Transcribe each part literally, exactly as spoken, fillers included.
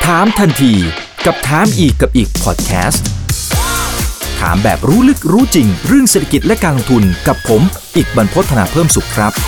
ถามทันทีกับถามอีกกับอีกพอดแคสต์ถามแบบรู้ลึกรู้จริงเรื่องเศรษฐกิจและการลงทุนกับผมอีกบรรพต ธนาเพิ่มสุขครับ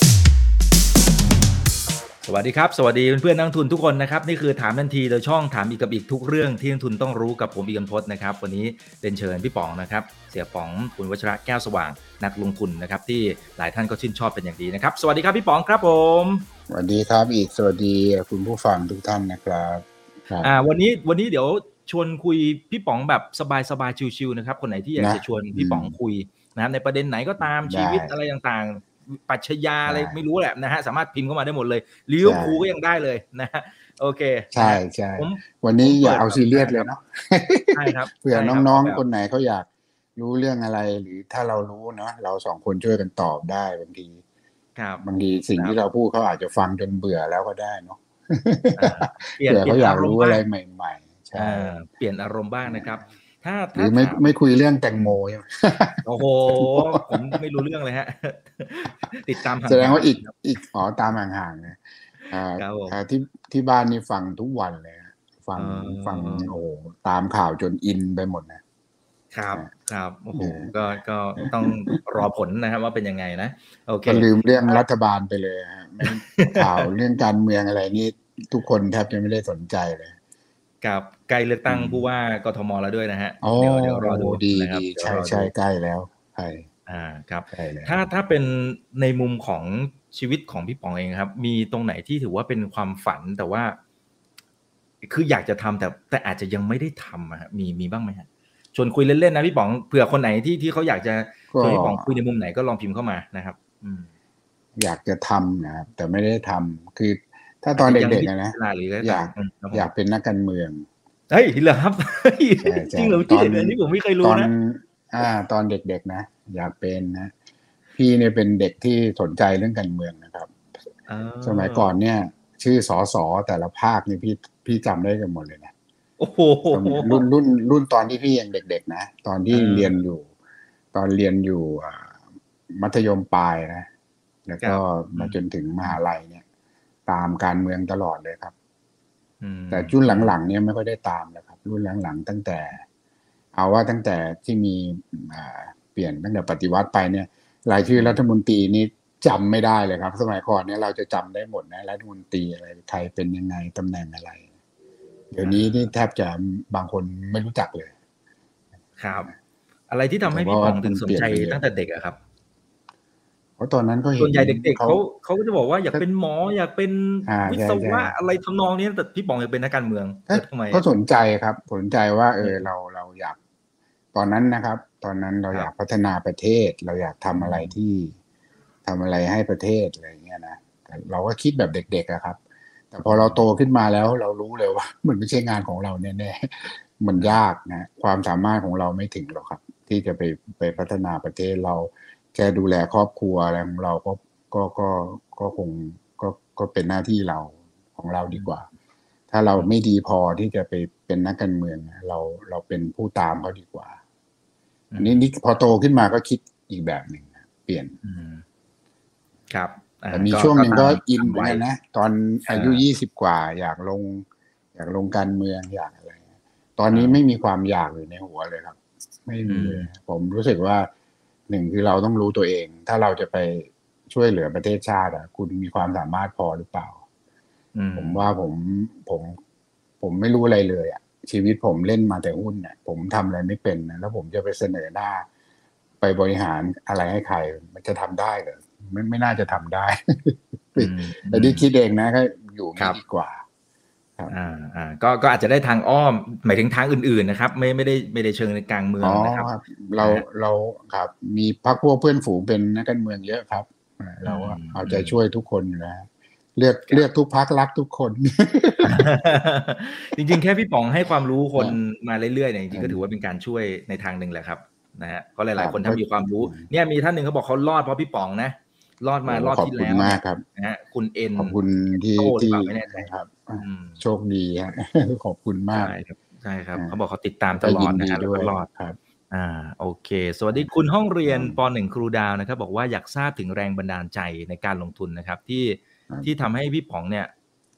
สวัสดีครับสวัสดีเพื่อนๆนักลงทุนทุกคนนะครับนี่คือถามทันทีโดยช่องถามอีกกับอีกทุกเรื่องที่นักลงทุนต้องรู้กับผมอีกบรรพตนะครับวันนี้เป็นเชิญพี่ป๋องนะครับเสี่ยป๋องคุณวชระแก้วสว่างนักลงทุนนะครับที่หลายท่านก็ชื่นชอบเป็นอย่างดีนะครับสวัสดีครับพี่ป๋องครับผมสวัสดีครับอีกสวัสดีคุณผู้ฟังทุกท่านนะครับอ่าวันนี้วันนี้เดี๋ยวชวนคุยพี่ป๋องแบบสบายๆชิวๆนะครับคนไหนที่อยากจะชวนพี่ป๋องคุยนะครับในประเด็นไหนก็ตามชีวิตอะไรต่างๆปรัชญาอะไรไม่รู้แหละนะฮะสามารถพิมพ์เข้ามาได้หมดเลยลิเวอร์พูลก็ยังได้เลยนะฮะโอเคใช่ใช่วันนี้อย่าเอาซีเรียสเลยเนาะใช่ครับเผื่อน้องๆคนไหนเขาอยากรู้เรื่องอะไรหรือถ้าเรารู้เนาะเราสองคนช่วยกันตอบได้บางทีบางทีสิ่งที่เราพูดเขาอาจจะฟังจนเบื่อแล้วก็ได้เนาะเผื่อเขาอยากรู้อะไรใหม่ๆใช่เปลี่ยนอารมณ์บ้างนะครับถ้าหรือไม่ไม่คุยเรื่องแตงโมใช่ไหมโอ้โหผมไม่รู้เรื่องเลยฮะติดตามห่างๆแสดงว่าอีกอีกอ๋อตามห่างๆนะอ่าที่ที่บ้านนี่ฟังทุกวันเลยฟังฟังโอ้ตามข่าวจนอินไปหมดนะครับครับโอ้โหก็ก็ต้องรอผลนะครับว่าเป็นยังไงนะโอเคก็ลืมเรื่องรัฐบาลไปเลยฮะข่าวเรื่องการเมืองอะไรนี่ทุกคนแทบจะไม่ได้สนใจเลยกับใกล้เลือกตั้งผู้ว่ากทมแล้วด้วยนะฮะเดี๋ยวเดี๋ยวรอดูนะครับใช่ใช่ใกล้แล้วใช่อ่าครับถ้าถ้าเป็นในมุมของชีวิตของพี่ป๋องเองครับมีตรงไหนที่ถือว่าเป็นความฝันแต่ว่าคืออยากจะทำแต่แต่อาจจะยังไม่ได้ทำอะมีมีบ้างไหมฮะชวนคุยเล่นๆนะพี่ป๋องเผื่อคนไหนที่ที่เขาอยากจะชวนพี่ป๋องคุยในมุมไหนก็ลองพิมพ์เข้ามานะครับอืมอยากจะทำนะครับแต่ไม่ได้ทำคือถ้าตอนเด็กๆนะอยากอยากเป็นนักการเมืองเฮ้ยเหรอครับจริงเหรอพี่อันนี้ผมไม่เคยรู้นะตอนอ่าตอนเด็กๆนะอยากเป็นนะพี่เนี่ยเป็นเด็กที่สนใจเรื่องการเมืองนะครับสมัยก่อนเนี่ยชื่อสสแต่ละภาคนี่พี่พี่จำได้กันหมดเลยนะโอ้โหรุ่นรุ่นรุ่นตอนที่พี่ยังเด็กๆนะตอนที่เรียนอยู่ตอนเรียนอยู่มัธยมปลายนะแล้วก็มาจนถึงมหาลัยเนี่ยตามการเมืองตลอดเลยครับแต่รุ่นหลังๆเนี่ยไม่ค่อยได้ตามนะครับรุ่นหลังๆตั้งแต่เอาว่าตั้งแต่ที่มีเปลี่ยนตั้งแต่ปฏิวัติไปเนี่ยรายชื่อรัฐมนตรีนี่จำไม่ได้เลยครับสมัยก่อนเนี่ยเราจะจำได้หมดนะรัฐมนตรีอะไรใครเป็นยังไงตำแหน่งอะไรเดี๋ยวนี้นี่แทบจะบางคนไม่รู้จักเลยครับอะไรที่ทำให้พี่ป๋องถึงสนใจตั้งแต่เด็กอะครับเพราะตอนนั้นก็เห็นส่วนใหญ่เด็กๆเขาเขาก็จะบอกว่าอยากเป็นหมออยากเป็นวิศวะอะไรทำนองนี้แต่พี่ป๋องอยากเป็นนักการเมืองทำไมก็สนใจครับสนใจว่าเออเราเราอยากตอนนั้นนะครับตอนนั้นเราอยากพัฒนาประเทศเราอยากทำอะไรที่ทำอะไรให้ประเทศอะไรอย่างเงี้ยนะเราก็คิดแบบเด็กๆอะครับแต่พอเราโตขึ้นมาแล้วเรารู้เลยว่ามันไม่ใช่งานของเราแน่ๆมันยากนะความสามารถของเราไม่ถึงหรอกครับที่จะไปไปพัฒนาประเทศเราแค่ดูแลครอบครัวอะไรของเราก็ก็ก็ก็คงก็ก็เป็นหน้าที่เราของเราดีกว่าถ้าเราไม่ดีพอที่จะไปเป็นนักการเมืองเราเราเป็นผู้ตามเขาดีกว่าอันนี้นี่พอโตขึ้นมาก็คิดอีกแบบหนึ่งเปลี่ยนครับแต่มีช่วงหนึ่งก็อินเหมือนกันนะตอนอายุยี่สิบกว่าอยากลงอยากลงการเมืองอยากอะไรตอนนี้ไม่มีความอยากอยู่ในหัวเลยครับไม่มีเลยผมรู้สึกว่าหนึ่งคือเราต้องรู้ตัวเองถ้าเราจะไปช่วยเหลือประเทศชาติอ่ะคุณมีความสามารถพอหรือเปล่าผมว่าผมผมผมไม่รู้อะไรเลยอ่ะชีวิตผมเล่นมาแต่หุ้นเนี่ยผมทำอะไรไม่เป็นนะแล้วผมจะไปเสนอหน้าไปบริหารอะไรให้ใครมันจะทำได้เหรอไม่ไม่น่าจะทำได้แต่ที่คิดเองนะก็อยู่ดีกว่าอ่าอ่าก็ก็อาจจะได้ทางอ้อมหมายถึงทางอื่นๆนะครับไม่ไม่ได้ไม่ได้เชิงในกลางเมืองนะครับเราเราครับมีพรรคพวกเพื่อนฝูงเป็นนักการเมืองเยอะครับเราเอาใจช่วยทุกคนอยู่แล้วเลือกเลือกทุกพรรครักทุกคนจริงๆแค่พี่ป๋องให้ความรู้คนมาเรื่อยๆเนี่ยจริงๆก็ถือว่าเป็นการช่วยในทางหนึ่งแหละครับนะฮะเพราะหลายๆคนถ้ามีความรู้เนี่ยมีท่านหนึ่งเขาบอกเขารอดเพราะพี่ป๋องนะรอดมารอบที่แล้วนะฮะคุณเอ็นขอบคุณที่ที่ครับโชคดีฮะขอบคุณมากใช่ครับเขาบอกเขาติดตามตลอดนะฮะแล้วก็รอดครับอ่าโอเคสวัสดีคุณห้องเรียนป.หนึ่ง ครูดาวนะครับบอกว่าอยากทราบถึงแรงบันดาลใจในการลงทุนนะครับที่ที่ทำให้พี่ป๋องเนี่ย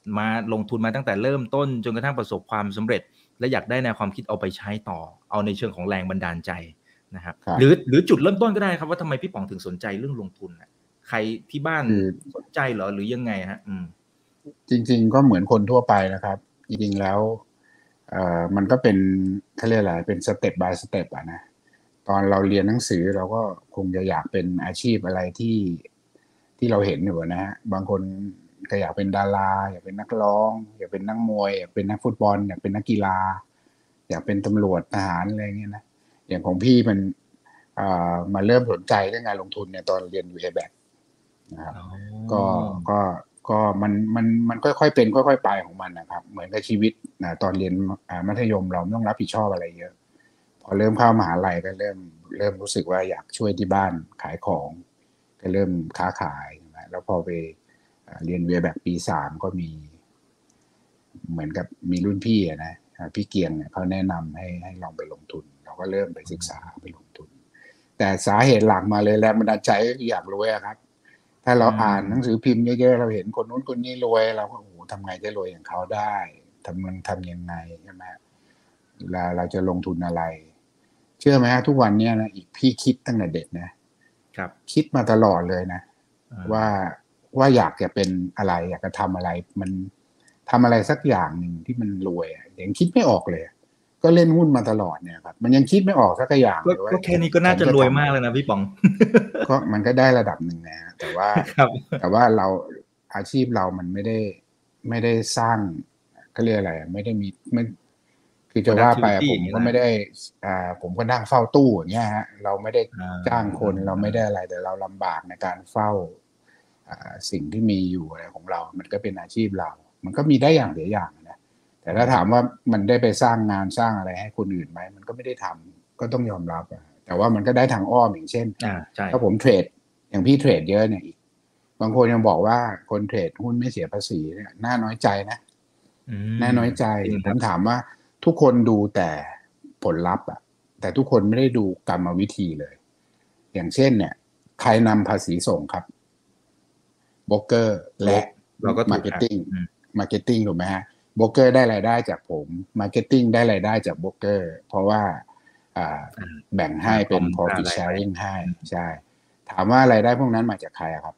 มาลงทุนมาตั้งแต่เริ่มต้นจนกระทั่งประสบความสำเร็จและอยากได้แนวความคิดเอาไปใช้ต่อเอาในเชิงของแรงบันดาลใจนะครับหรือหรือจุดเริ่มต้นก็ได้ครับว่าทำไมพี่ป๋องถึงสนใจเรื่องลงทุนนะใครที่บ้านสนใจเหรอหรือยังไงฮะอืมจริงๆก็เหมือนคนทั่วไปนะครับจริงๆแล้วเอ่อมันก็เป็นเขาเรียกอะไรเป็นสเต็ป by สเต็ปอะนะตอนเราเรียนหนังสือเราก็คงจะอยากเป็นอาชีพอะไรที่ที่เราเห็นอยู่นะฮะบางคนก็อยากเป็นดาราอยากเป็นนักร้องอยากเป็นนักมวยอยากเป็นนักฟุตบอลอยากเป็นนักกีฬาอยากเป็นตำรวจทหารอะไรเงี้ยนะอย่างของพี่มันเอ่อมาเริ่มสนใจเรื่องงานลงทุนเนี่ยตอนเรียนอยู่ เอ แบค นะครับก็ก็ก็มันมันมันค่อยๆเป็นค่อยๆไปของมันนะครับเหมือนกับชีวิตนะตอนเรียนมัธยมเราไม่ต้องรับผิดชอบอะไรเยอะพอเริ่มเข้ามหาลัยก็เริ่มเริ่มรู้สึกว่าอยากช่วยที่บ้านขายของก็เริ่มค้าขายนะแล้วพอไปเรียนเวียแบบปีสามก็มีเหมือนกับมีรุ่นพี่นะพี่เกียงเนี่ยเขาแนะนำให้ให้ลองไปลงทุนเราก็เริ่มไปศึกษาไปลงทุนแต่สาเหตุหลักมาเลยแรงบันดาลใจก็อยากรวยครับถ้าเราอ่านหนังสือพิมพ์เยอะๆเราเห็นคนนู้นคนนี้รวยเราก็โอ้โหทำไงจะรวยอย่างเขาได้ทำมันทำยังไงใช่ไหมเราเราจะลงทุนอะไรเชื่อไหมฮะทุกวันนี้นะอีกพี่คิดตั้งแต่เด็กนะครับคิดมาตลอดเลยนะว่าว่าอยากจะเป็นอะไรอยากจะทำอะไรมันทำอะไรสักอย่างหนึ่งที่มันรวยยังคิดไม่ออกเลยก็เล่นหุ้นมาตลอดเนี่ยครับมันยังคิดไม่ออกสักอย่างเลยว่าก็แค่นี้ก็น่าจะรวยมากเลยนะพี่ป๋องก็มันก็ได้ระดับหนึ่งนะแต่ว่าแต่ว่าเราอาชีพเรามันไม่ได้ไม่ได้สร้างก็เรียกอะไรไม่ได้มีไม่คือจะว่าไปผมก็ไม่ได้อ่าผมก็นั่งเฝ้าตู้อย่างเงี้ยฮะเราไม่ได้จ้างคนเราไม่ได้อะไรแต่เราลำบากในการเฝ้าสิ่งที่มีอยู่อะไรของเรามันก็เป็นอาชีพเรามันก็มีได้อย่างเดียวอย่างนะแต่ถ้าถามว่ามันได้ไปสร้างงานสร้างอะไรให้คนอื่นไหมมันก็ไม่ได้ทำก็ต้องยอมรับแต่ว่ามันก็ได้ทางอ้อมอย่างเช่นถ้าผมเทรดอย่างพี่เทรดเยอะเนี่ยอีกบางคนยังบอกว่าคนเทรดหุ้นไม่เสียภาษีเนี่ยน่าน้อยใจนะน่าน้อยใจผมถามว่าทุกคนดูแต่ผลลัพธ์อะแต่ทุกคนไม่ได้ดูกรรมวิธีเลยอย่างเช่นเนี่ยใครนำภาษีส่งครับโบรกเกอร์และมาร์เก็ตติ้งมาร์เก็ตติ้งถูกไหมฮะโบรกเกอร์ได้รายได้จากผมมาร์เก็ตติ้งได้รายได้จากโบรกเกอร์เพราะว่าแบ่งให้เป็น profit sharing ให้ใช่ถามว่ารายได้พวกนั้นมาจากใครครับ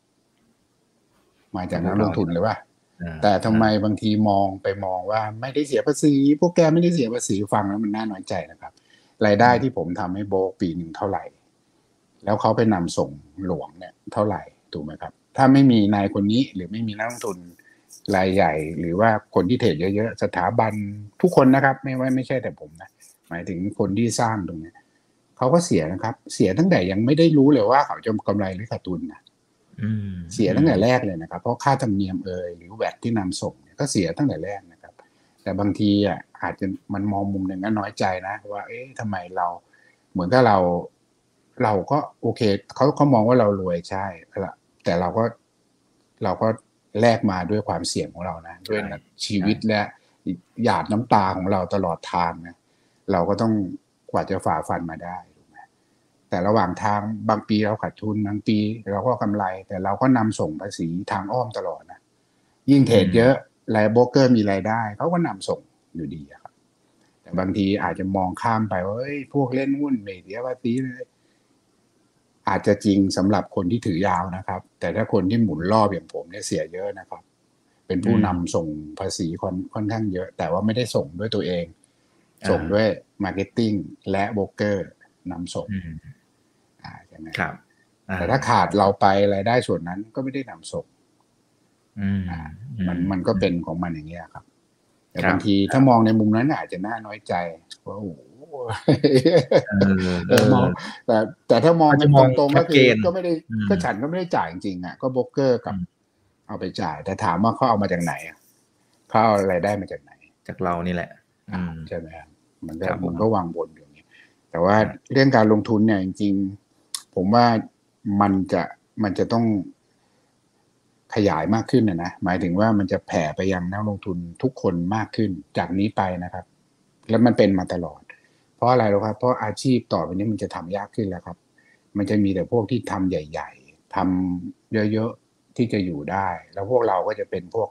มาจากนักลงทุนหรือว่าแต่ทำไมบางทีมองไปมองว่าไม่ได้เสียภาษีพวกแกไม่ได้เสียภาษีฟังแล้วมันน่าน้อยใจนะครับรายได้ที่ผมทำให้โบรกปีหนึ่งเท่าไหร่แล้วเขาไปนำส่งหลวงเนี่ยเท่าไหร่ถูกไหมครับถ้าไม่มีนายคนนี้หรือไม่มีนักลงทุนรายใหญ่หรือว่าคนที่เทรดเยอะๆสถาบันทุกคนนะครับไม่ว่าไม่ใช่แต่ผมนะหมายถึงคนที่สร้างตรงนี้เขาก็เสียนะครับเสียตั้งแต่ยังไม่ได้รู้เลยว่าเขาจะกำไรหรือขาดทุนนะเสียตั้งแต่แรกเลยนะครับเพราะค่าธรรมเนียมเอ่ยหรือแวตที่นำส่งก็เสียตั้งแต่แรกนะครับแต่บางทีอ่ะอาจจะมันมองมุมหนึ่งก็น้อยใจนะว่าเอ๊ะทำไมเราเหมือนกับเราเราก็โอเคเขาเขามองว่าเรารวยใช่แต่เราก็เราก็แลกมาด้วยความเสี่ยงของเรานะด้วยชีวิตและหยาดน้ำตาของเราตลอดทางนะเราก็ต้องกว่าจะฝ่าฟันมาได้ถูกไหมแต่ระหว่างทางบางปีเราขาดทุนบางปีเราก็กำไรแต่เราก็นำส่งภาษีทางอ้อมตลอดนะยิ่งเทรดเยอะรายโบรกเกอร์มีรายได้เขาก็นำส่งอยู่ดีครับแต่บางทีอาจจะมองข้ามไปว่าเฮ้ยพวกเล่นหุ้นไม่เสียภาษีเลยอาจจะจริงสำหรับคนที่ถือยาวนะครับแต่ถ้าคนที่หมุนรอบอย่างผมเนี่ยเสียเยอะนะครับเป็นผู้นำส่งภาษีค่อนข้างเยอะแต่ว่าไม่ได้ส่งด้วยตัวเองส่งด้วยมาร์เก็ตติ้งและโบรกเกอร์นำส่งอ่าใช่ไหมครับแต่ถ้าขาดเราไปรายได้ส่วนนั้นก็ไม่ได้นำส่งอ่ามันมันก็เป็นของมันอย่างเงี้ยครับแต่บางทีถ้ามองในมุมนั้นอาจจะน่าน้อยใจว่าโอ้แต่มองแต่แต่ถ้ามองเป็นตรงๆก็คือก็ไม่ได้ก็ฉันก็ไม่ได้จ่ายจริงๆอ่ะก็โบรกเกอร์กับเอาไปจ่ายแต่ถามว่าเขาเอามาจากไหนเขาเอารายได้มาจากไหนจากเรานี่แหละใช่ไหมครับมันก็มันก็วางบนอยู่นี่แต่ว่าเรื่องการลงทุนเนี่ยจริงๆผมว่ามันจะมันจะต้องขยายมากขึ้นนะนะหมายถึงว่ามันจะแผ่ไปยังนักลงทุนทุกคนมากขึ้นจากนี้ไปนะครับแล้วมันเป็นมาตลอดเพราะอะไรหรอครับเพราะอาชีพต่อไปนี้มันจะทำยากขึ้นแล้วครับมันจะมีแต่พวกที่ทำใหญ่ๆทำเยอะๆที่จะอยู่ได้แล้วพวกเราก็จะเป็นพวก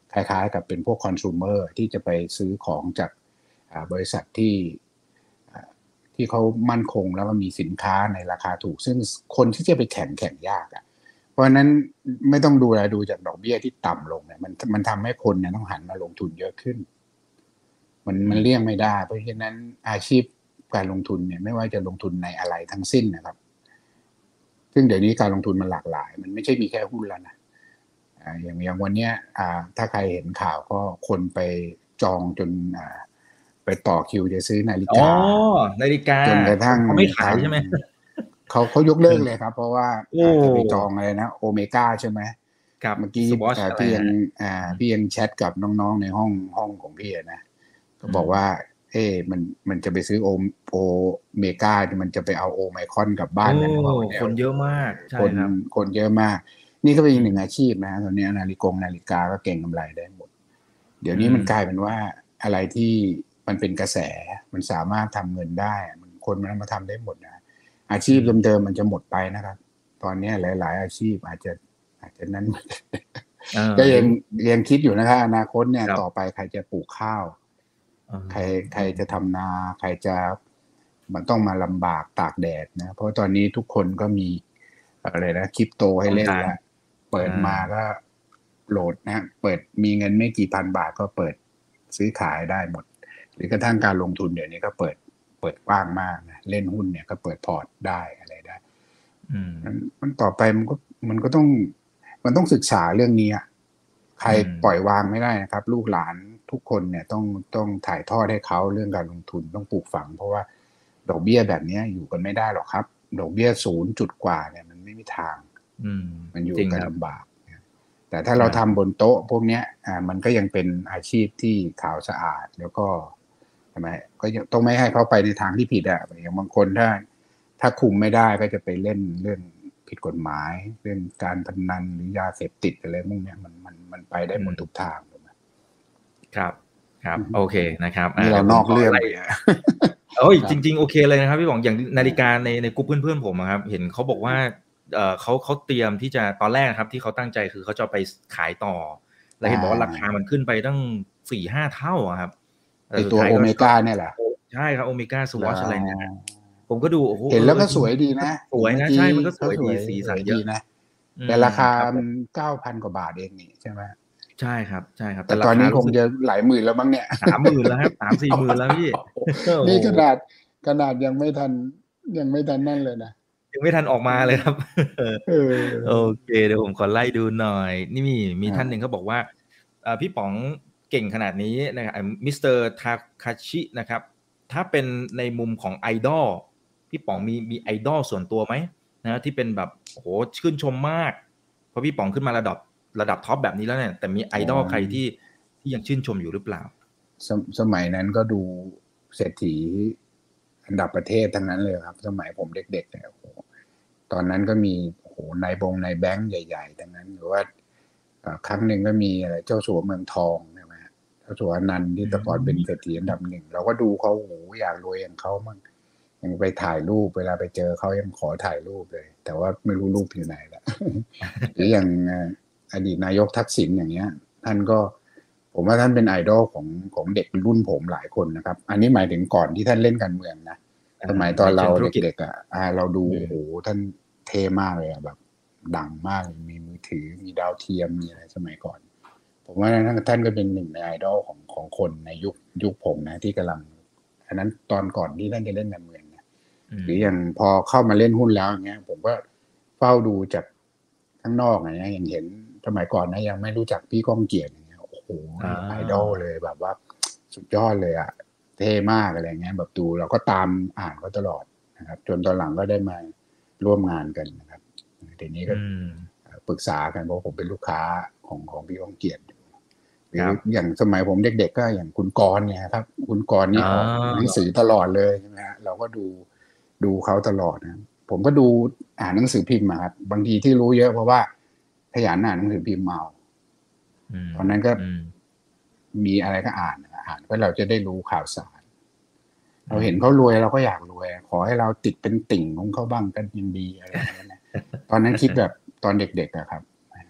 คล้ายๆกับเป็นพวกคอน sumer ที่จะไปซื้อของจากบริษัทที่ที่เขามั่นคงแล้วก็มีสินค้าในราคาถูกซึ่งคนที่จะไปแข่งแข่งยากอ่ะเพราะฉะนั้นไม่ต้องดูอะไรดูจากดอกเบี้ยที่ต่ำลงเนี่ยมันมันทำให้คนเนี่ยต้องหันมาลงทุนเยอะขึ้นมันมันเลี่ยงไม่ได้เพราะฉะนั้นอาชีพการลงทุนเนี่ยไม่ว่าจะลงทุนในอะไรทั้งสิ้นนะครับซึ่งเดี๋ยวนี้การลงทุนมันหลากหลายมันไม่ใช่มีแค่หุ้นแล้วนะอย่างอย่างวันนี้ถ้าใครเห็นข่าวก็คนไปจองจนไปต่อคิวจะซื้อนาฬิกาอ๋อนาฬิกาจนกระทั่งเขาไม่ขายใช่ไหมเขาเขายกเลิกเลยครับเพราะว่าอาจจะไปจองอะไรนะโอเมก้าใช่ไหมครับเมื่อกี้พี่ยังอ่าพี่ยังแชทกับน้องๆในห้องห้องของพี่นะก็บอกว่าเอ๊ะมันมันจะไปซื้อโอโอเมก้ามันจะไปเอาโอไมคอนกลับบ้านกันหรือเปล่าคนเยอะมากใช่ครับคนเยอะมากนี่ก็เป็นอีกหนึ่งอาชีพนะตอนนี้นาฬิกานาฬิกาก็เก่งกำไรได้หมดเดี๋ยวนี้มันกลายเป็นว่าอะไรที่มันเป็นกระแสมันสามารถทำเงินได้มันคนมันมาทำได้หมดนะอาชีพเดิมๆมันจะหมดไปนะครับตอนนี้หลายๆอาชีพอาจจะอาจจะนั้นก็ยังยังคิดอยู่นะครับอนาคตเนี่ยต่อไปใครจะปลูกข้าวใครใครจะทำนาใครจะมันต้องมาลำบากตากแดดนะเพราะตอนนี้ทุกคนก็มีอะไรนะคริปโตให้เล่นแล้วเปิดมาก็โหลดนะเปิดมีเงินไม่กี่พันบาทก็เปิดซื้อขายได้หมดหรือกระทั่งการลงทุนเดี๋ยวนี้ก็เปิดเปิดกว้างมากนะเล่นหุ้นเนี่ยก็เปิดพอร์ตได้อะไรได้มันมันต่อไปมันก็มันก็ต้องมันต้องศึกษาเรื่องนี้ใครปล่อยวางไม่ได้นะครับลูกหลานทุกคนเนี่ยต้องต้องถ่ายทอดให้เขาเรื่องการลงทุนต้องปลูกฝังเพราะว่าดอกเบี้ยแบบนี้อยู่กันไม่ได้หรอกครับดอกเบี้ยศูนย์จุดกว่าเนี่ยมันไม่มีทางมันอยู่กันลำบากแต่ถ้าเราทำบนโต๊ะพวกนี้อ่ามันก็ยังเป็นอาชีพที่ขาวสะอาดแล้วก็ทำไมก็ต้องไม่ให้เขาไปในทางที่ผิดอ่ะอย่างบางคนถ้าถ้าคุมไม่ได้ก็จะไปเล่นเรื่องผิดกฎหมายเรื่องการพนันหรือยาเสพติดอะไรพวกนี้มันมันมันไปได้หมดทุกทางถูกไหมครับครับโอเคนะครับนี่เรานอกเรื่องเลยโอ้ยจริงๆโอเคเลยนะครับพี่บอกอย่างนาฬิกาในในกลุ่มเพื่อนๆผมครับเห็นเขาบอกว่าเอ่อเขาเขาเตรียมที่จะตอนแรกครับที่เขาตั้งใจคือเขาจะไปขายต่อแล้วเห็นบอกว่าราคามันขึ้นไปตั้ง สี่ห้า เท่าครับไอตัวโอเมก้าเนี่ยแหละใช่ครับโอเมก้าสวอชอะไรเนี่ยผมก็ดูโอ้โหเห็นแล้วก็สวยดีนะสวยนะใช่มันก็สวยดีสีสันเยอะนะแต่ราคามัน เก้าพัน กว่าบาทเองนี่ใช่ไหมใช่ครับใช่ครับแต่ตอนนี้คงจะหลายหมื่นแล้วมั้งเนี่ยสามหมื่นแล้วครับ สามสี่หมื่นแล้วพี่นี่ขนาดขนาดยังไม่ทันยังไม่ทันนั่นเลยนะยังไม่ทันออกมาเลยครับโอเคเดี๋ยวผมขอไล่ดูหน่อยนี่มีมีท่านหนึ่งเขาบอกว่าพี่ป๋องเก่งขนาดนี้นะครับมิสเตอร์ทาคาชินะครับถ้าเป็นในมุมของไอดอลพี่ป๋องมีมีไอดอลส่วนตัวไหมนะที่เป็นแบบโหชื่นชมมากเพราะพี่ป๋องขึ้นมาระดับระดับท็อปแบบนี้แล้วเนี่ยแต่มีไอดอลใครที่ที่ยังชื่นชมอยู่หรือเปล่าส, สมัยนั้นก็ดูเศรษฐีอันดับประเทศทั้งนั้นเลยครับสมัยผมเด็กๆเนี่ยโอ้โหตอนนั้นก็มีโอ้โหนายบงนายแบงค์ใหญ่ๆทั้งนั้นหรือว่าครั้งหนึ่งก็มีอะไรเจ้าสัวเมืองทองใช่ไหมเจ้าสัวนันท์ที่แต่ก่อนเป็นเศรษฐีอันดับหนึ่งเราก็ดูเขาโอ้โหอยากรวยอย่างเขามั่งยังไปถ่ายรูปเวลาไปเจอเขายังขอถ่ายรูปเลยแต่ว่าไม่รู้รูปอยู่ไหนละหรืออย่างอดีตนายกทักษิณอย่างเงี้ยท่านก็ผมว่าท่านเป็นไอดอลของของเด็กรุ่นผมหลายคนนะครับอันนี้หมายถึงก่อนที่ท่านเล่นการเมืองนะสมัยตอนเราเด็กๆอ่ะเราดูโอ้โหท่านเท่มากเลยอ่ะแบบดังมากมีมือถือมีดาวเทียมมีอะไรสมัยก่อนผมว่าท่านก็เป็นหนึ่งในไอดอลของของคนในยุคยุคผมนะที่กำลังอันนั้นตอนก่อนที่ท่านจะเล่นการเมืองนะหรืออย่างพอเข้ามาเล่นหุ้นแล้วอย่างเงี้ยผมก็เฝ้าดูจากข้างนอกอย่างเงี้ยอย่างเห็นสมัยก่อนนะยังไม่รู้จักพี่ก้องเกียรติอย่างเงี้ยโอ้โหไอดอลเลยแบบว่าสุดยอดเลยอ่ะเท่มากอะไรเงี้ยแบบดูเราก็ตามอ่านเขาตลอดนะครับจนตอนหลังก็ได้มาร่วมงานกันนะครับเดี๋ยวนี้ก็ปรึกษากันเพราะผมเป็นลูกค้าของของพี่ก้องเกียรติหรืออย่างสมัยผมเด็กๆก็อย่างคุณกรณ์เนี่ยครับคุณกรณ์นี่ออกหนังสือตลอดเลยใช่ไหมฮะเราก็ดูดูเขาตลอดนะผมก็ดูอ่านหนังสือพิมพ์มาครับบางทีที่รู้เยอะเพราะว่าขยันอ่านหนังสือพิมพ์มาตอนนั้นก็มีอะไรก็อ่านอ่านก็เราจะได้รู้ข่าวสารเราเห็นเขารวยเราก็อยากรวยขอให้เราติดเป็นติ่งของเขาบ้างก็ยินดีอะไรอย่างเงี้ยนะตอนนั้นคิดแบบตอนเด็กๆอะครับ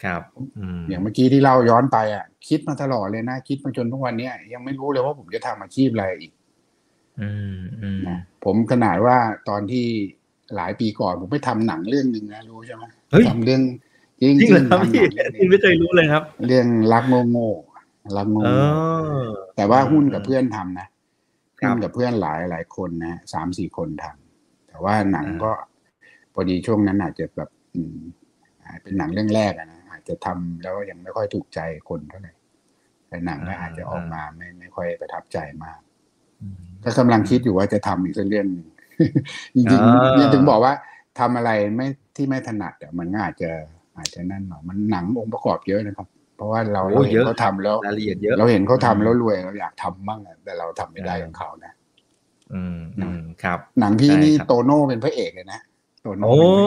ครับอย่างเมื่อกี้ที่เล่าย้อนไปอ่ะคิดมาตลอดเลยนะคิดมาจนทุกวันนี้ยังไม่รู้เลยว่าผมจะทำอาชีพอะไรอีกนะผมขนาดว่าตอนที่หลายปีก่อนผมไปทำหนังเรื่องนึงนะรู้ใช่ไหมทำเรื่องจริงจริงทำหนังเรื่องนี้ไม่เคยรู้เลยครับเรื่องรักโง่โง่รักโง่โง่แต่ว่าหุ้นกับเพื่อนทำนะหุ้นกับเพื่อนหลายหลายคนนะสามสี่คนทำแต่ว่าหนังก็พอดีช่วงนั้นอาจจะแบบเป็นหนังเรื่องแรกนะอาจจะทำแล้วยังไม่ค่อยถูกใจคนเท่าไหร่แต่หนังก็อาจจะออกมาไม่ไม่ค่อยประทับใจมากก็กำลังคิดอยู่ว่าจะทำอีกสักเรื่องนึงจริงๆยังถึงบอกว่าทำอะไรไม่ที่ไม่ถนัดมันก็อาจจะอาจจะนั่นหน่อยมันหนังองค์ประกอบเยอะนะครับเพราะว่าเราเราเห็นเขาทำแล้วเราเห็นเขาทำแล้วรวยเราอยากทำบ้างแต่เราทำไม่ได้อย่างเขานะอืมอืมครับหนังพี่นี่โตโน่เป็นพระเอกเลยนะโตโน่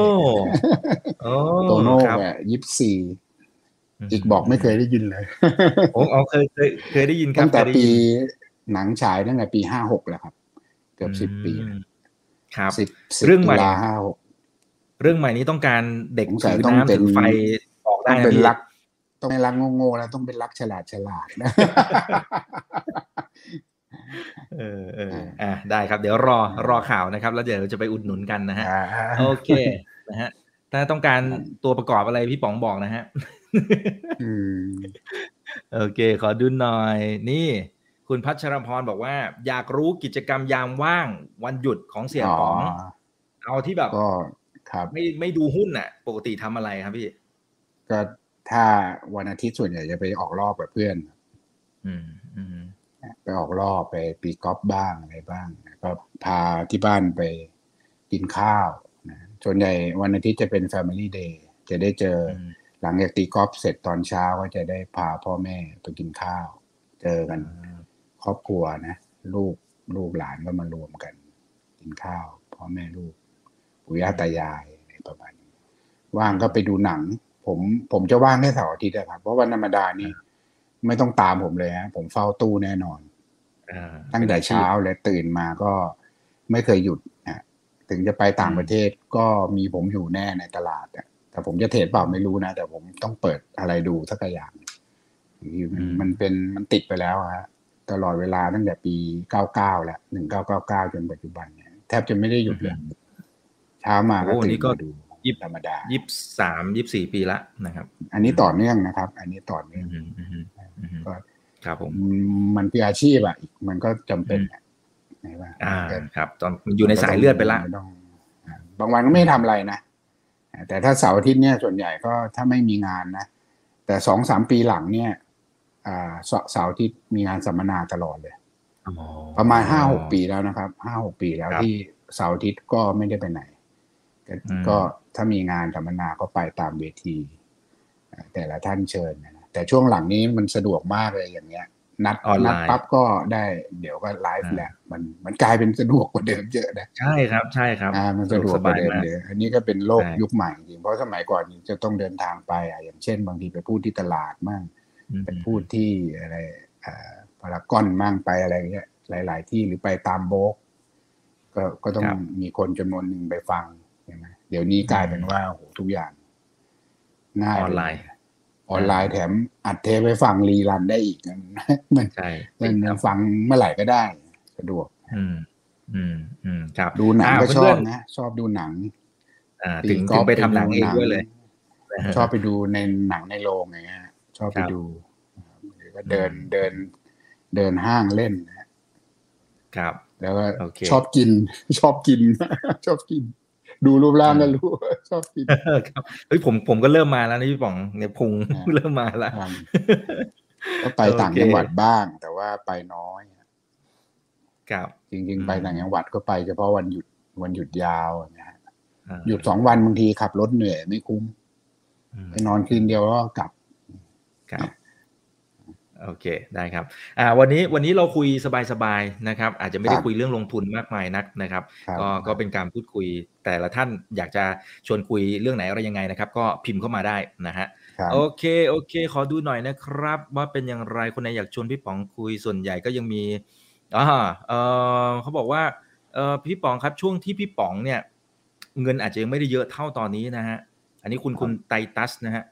โตโน่แบบยิปซีอีกบอกไม่เคยได้ยินเลยโอ้อ๋อเคยเคยเคยได้ยินครับตั้งแต่ปีหนังฉายตั้งแต่ปีห้าหกแล้วครับเกือบสิบปีครับสิบเรื่องใหม่ห้าหกเรื่องใหม่นี้ต้องการเด็กถือน้ำถือไฟออกได้ต้องเป็นรักต้องเป็นรักโง่ๆแล้วต้องเป็นรักฉลาดฉลาดนะเออเอออ่ะได้ครับเดี๋ยวรอรอข่าวนะครับแล้วเดี๋ยวจะไปอุดหนุนกันนะฮะโอเคนะฮะถ้าต้องการตัวประกอบอะไรพี่ป๋องบอกนะฮะโอเคขอดูหน่อยนี่คุณพัชรพรบอกว่าอยากรู้กิจกรรมยามว่างวันหยุดของเสี่ยป๋องเอาที่แบบก็ครับไม่ไม่ดูหุ้นน่ะปกติทำอะไรครับพี่ก็ถ้าวันอาทิตย์ส่วนใหญ่จะไปออกรอบกับเพื่อนอืมอืมไปออกรอบไปตีกอล์ฟบ้างอะไรบ้างก็พาที่บ้านไปกินข้าวนะส่วนใหญ่วันอาทิตย์จะเป็น Family Day จะได้เจอหลังจากตีกอล์ฟเสร็จตอนเช้าก็จะได้พาพ่อแม่ไปกินข้าวเจอกันครอบครัวนะลูกลูกหลานก็มารวมกันกินข้าวพ่อแม่ลูกปู่ย่าตายายประมาณนี้ว่างก็ไปดูหนังผมผมจะว่างแค่เสาร์อาทิตย์นะครับเพราะวันธรรมดานี่ไม่ต้องตามผมเลยฮะผมเฝ้าตู้แน่นอนตั้งแต่เช้าเลยตื่นมาก็ไม่เคยหยุดนะถึงจะไปต่างประเทศก็มีผมอยู่แน่ในตลาดแต่ผมจะเทรดเปล่าไม่รู้นะแต่ผมต้องเปิดอะไรดูสักอย่างมันเป็นมันติดไปแล้วฮะตลอดเวลาตั้งแต่ปีเก้าเก้าแล้วหนึ่งเก้าเก้าเก้าจนปัจจุบันเนี่ยแทบจะไม่ได้หยุดเลยเช้ามาก็ตื่นมาดูธรรมดายี่สิบสามยี่สิบสี่ปีละนะครับอันนี้ต่อเนื่องนะครับอันนี้ต่อเนื่องก็ครับผมมันคืออาชีพอ่ะมันก็จำเป็นไงว่าอ่าครับตอนอยู่ในสายเลือดไปละบางวันก็ไม่ทำอะไรนะแต่ถ้าเสาร์อาทิตย์เนี่ยส่วนใหญ่ก็ถ้าไม่มีงานนะแต่สองสามปีหลังเนี่ยอ่าเสาร์อาทิตย์มีงานสัมมนาตลอดเลยประมาณห้าหกปีแล้วนะครับห้าหกปีแล้วที่เสาร์อาทิตย์ก็ไม่ได้ไปไหนก็ถ้ามีงานสัมมนาก็ไปตามเวทีแต่ละท่านเชิญนะแต่ช่วงหลังนี้มันสะดวกมากเลยอย่างเงี้ยนัดนัดปั๊บก็ได้เดี๋ยวก็ไลฟ์แหละมันมันกลายเป็นสะดวกกว่าเดิมเยอะนะใช่ครับใช่ครับอ่ามันสะดวกกว่าเดิมเยอะอันนี้ก็เป็นโลกยุคใหม่จริงเพราะสมัยก่อนจะต้องเดินทางไปอ่ะอย่างเช่นบางทีไปพูดที่ตลาดมั่งไปพูดที่อะไรอ่าพารากอนมั่งไปอะไรเงี้ยหลายๆที่หรือไปตามโบกก็ก็ต้องมีคนจำนวนหนึ่งไปฟังใช่ไหมเดี๋ยวนี้กลายเป็นว่าโหทุกอย่างง่ายออนไลน์ออนไลน์แถมอัดเทปไปฟังรีรันได้อีกมันใช่มันฟังเมื่อไหร่ก็ได้สะดวกอืมอืมอืมครับดูหนังก็ชอบนะชอบดูหนังอ่าถึงถึงไปทำหนังเองด้วยเลยชอบไปดูในหนังในโรงอย่างเงี้ยชอบไปดูก็เดินเดินเดินห้างเล่นครับแล้วก็ชอบกินชอบกินชอบกินดูรูปร่างก็รู้ชอบกินครับเฮ้ยผมผมก็เริ่มมาแล้วนะพี่ป๋องเนี่ยพุงเริ่มมาแล้วก็ไปต่างจังหวัดบ้างแต่ว่าไปน้อยครับจริงๆไปต่างจังหวัดก็ไปเฉพาะวันหยุดวันหยุดยาวนะฮะหยุดสองวันบางทีขับรถเหนื่อยไม่คุ้มไปนอนคืนเดียวแล้วก็กลับครับโอเคได้ครับอ่าวันนี้วันนี้เราคุยสบายๆนะครับอาจจะไม่ได้คุยเรื่องลงทุนมากมายนักนะครับก็ก็เป็นการพูดคุยแต่ละท่านอยากจะชวนคุยเรื่องไหนอะไรยังไงนะครับก็พิมพ์เข้ามาได้นะฮะโอเคโอเคขอดูหน่อยนะครับว่าเป็นอย่างไรคนไหนอยากชวนพี่ป๋องคุยส่วนใหญ่ก็ยังมีอ่าเออเขาบอกว่าเออพี่ป๋องครับช่วงที่พี่ป๋องเนี่ยเงินอาจจะยังไม่ได้เยอะเท่าตอนนี้นะฮะอันนี้คุณคุณไตตัสนะฮะ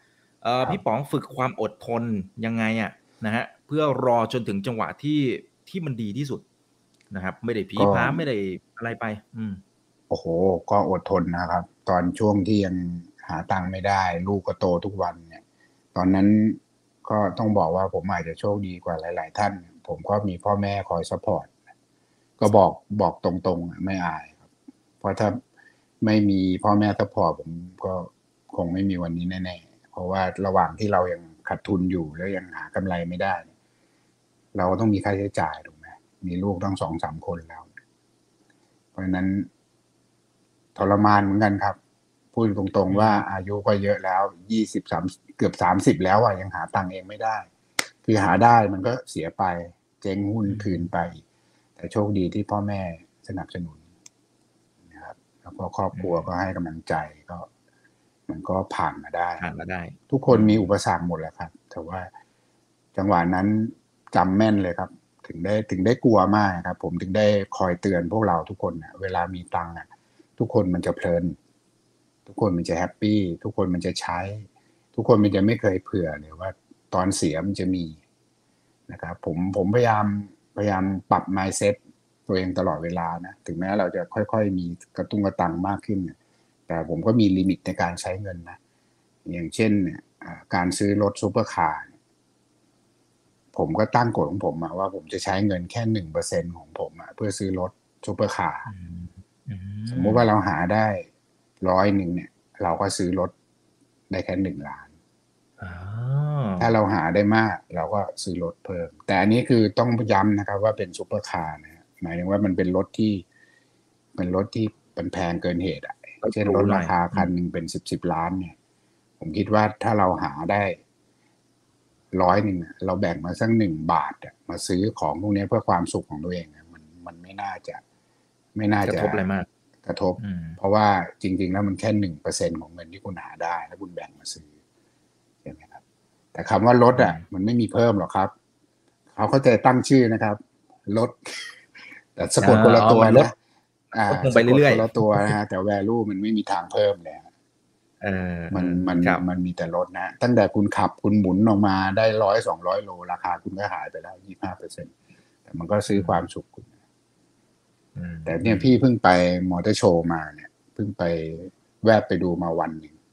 เอ่อครับพี่ป๋องฝึกความอดทนยังไงอะนะฮะเพื่อรอจนถึงจังหวะที่ที่มันดีที่สุดนะครับไม่ได้ผีก็ผามไม่ได้อะไรไปอืมโอ้โฮก็อดทนนะครับตอนช่วงที่ยังหาตังค์ไม่ได้ลูกก็โตทุกวันเนี่ยตอนนั้นก็ต้องบอกว่าผมอาจจะโชคดีกว่าหลายๆท่านผมก็มีพ่อแม่คอยซัปพอร์ตก็บอกบอกตรงๆอะไม่อายครับเพราะถ้าไม่มีพ่อแม่ซัปพอร์ตผมก็คงไม่มีวันนี้แน่ๆเพราะว่าระหว่างที่เรายังขาดทุนอยู่แล้วยังหากำไรไม่ได้เราก็ต้องมีค่าใช้จ่ายถูกไหมมีลูกต้องสองสามคนแล้วเพราะฉะนั้น ทรมานเหมือนกันครับพูดตรงอืๆว่ามอายุก็เยอะแล้วยี่สิบสามเกือบสามสิบแล้วอะยังหาตังค์เองไม่ได้คือหาได้มันก็เสียไปเจ๊งหุ้นอืมคืนไปแต่โชคดีที่พ่อแม่สนับสนุนนะครับแล้วก็ครอบครัวอืมก็ให้กำลังใจก็มันก็ผ่านมาได้ผ่านมาได้ทุกคนอืมมีอุปสรรคหมดแหละครับแต่ว่าจังหวะนั้นจำแม่นเลยครับถึงได้ถึงได้กลัวมากครับผมถึงได้คอยเตือนพวกเราทุกคนนะเวลามีตังค์อะ ทุกคนมันจะเพลินทุกคนมันจะแฮปปี้ทุกคนมันจะใช้ทุกคนมันจะไม่เคยเผื่อเลยว่าตอนเสียมันจะมีนะครับผมผมพยายามพยายามปรับ mindset ตัวเองตลอดเวลานะถึงแม้เราจะค่อยๆมีกระตุ้งกระตังมากขึ้นแต่ผมก็มีลิมิตในการใช้เงินนะอย่างเช่นการซื้อรถซูเปอร์คาร์ผมก็ตั้งกฎของผมว่าผมจะใช้เงินแค่หนึ่งเปอร์เซ็นต์ของผมเพื่อซื้อรถซูเปอร์คาร์อืมอืสมมุมติว่าเราหาได้ร้อยหนึ่งเนี่ยเราก็ซื้อรถได้แค่หนึ่งล้านอ๋อถ้าเราหาได้มากเราก็ซื้อรถเพิ่มแต่อันนี้คือต้องย้ำนะครับว่าเป็นซูเปอร์คาร์นะหมายถึงว่ามันเป็นรถที่เป็นรถที่เป็นแพงเกินเหตุอ่ะรถเช่นหรูหน่อยรถราคาอืมคันหนึ่งเป็นสิบสิบล้านเนี่ยผมคิดว่าถ้าเราหาได้ร้อยหนึ่งเราแบ่งมาสักหนึ่งบาทมาซื้อของพวกนี้เพื่อความสุขของตัวเองมันมันไม่น่าจะไม่น่ากระจะทบอะไรมากกระทบอืมเพราะว่าจริงๆแล้วมันแค่หนึ่งเปอร์เซ็นต์ของเงินที่คุณหาได้แล้วคุณแบ่งมาซื้อใช่ไหมครับแต่คำว่าลดอืมอ่ะมันไม่มีเพิ่มหรอกครับเขาเข้าใจตั้งชื่อนะครับลดแต่สะเอกดคนละออ๋อมันลดตัวนะอ่าลดลงไปสะกดเรื่อยคนละตัวนะฮะแต่ value มันไม่มีทางเพิ่มเลยๆเอมันอมันๆครับมันมีแต่ลดนะตั้งแต่คุณขับคุณหมุนออกมาได้ร้อยสองร้อยโลราคาคุณก็หายไปแล้วยี่สิบห้าเปอร์เซ็นต์แต่มันก็ซื้ออืมความสุขคุณอืมแต่เนี่ยอืมพี่เพิ่งไปมอเตอร์โชว์มาเนี่ยเพิ่งไปแวบไปดูมาวันหนึ่ง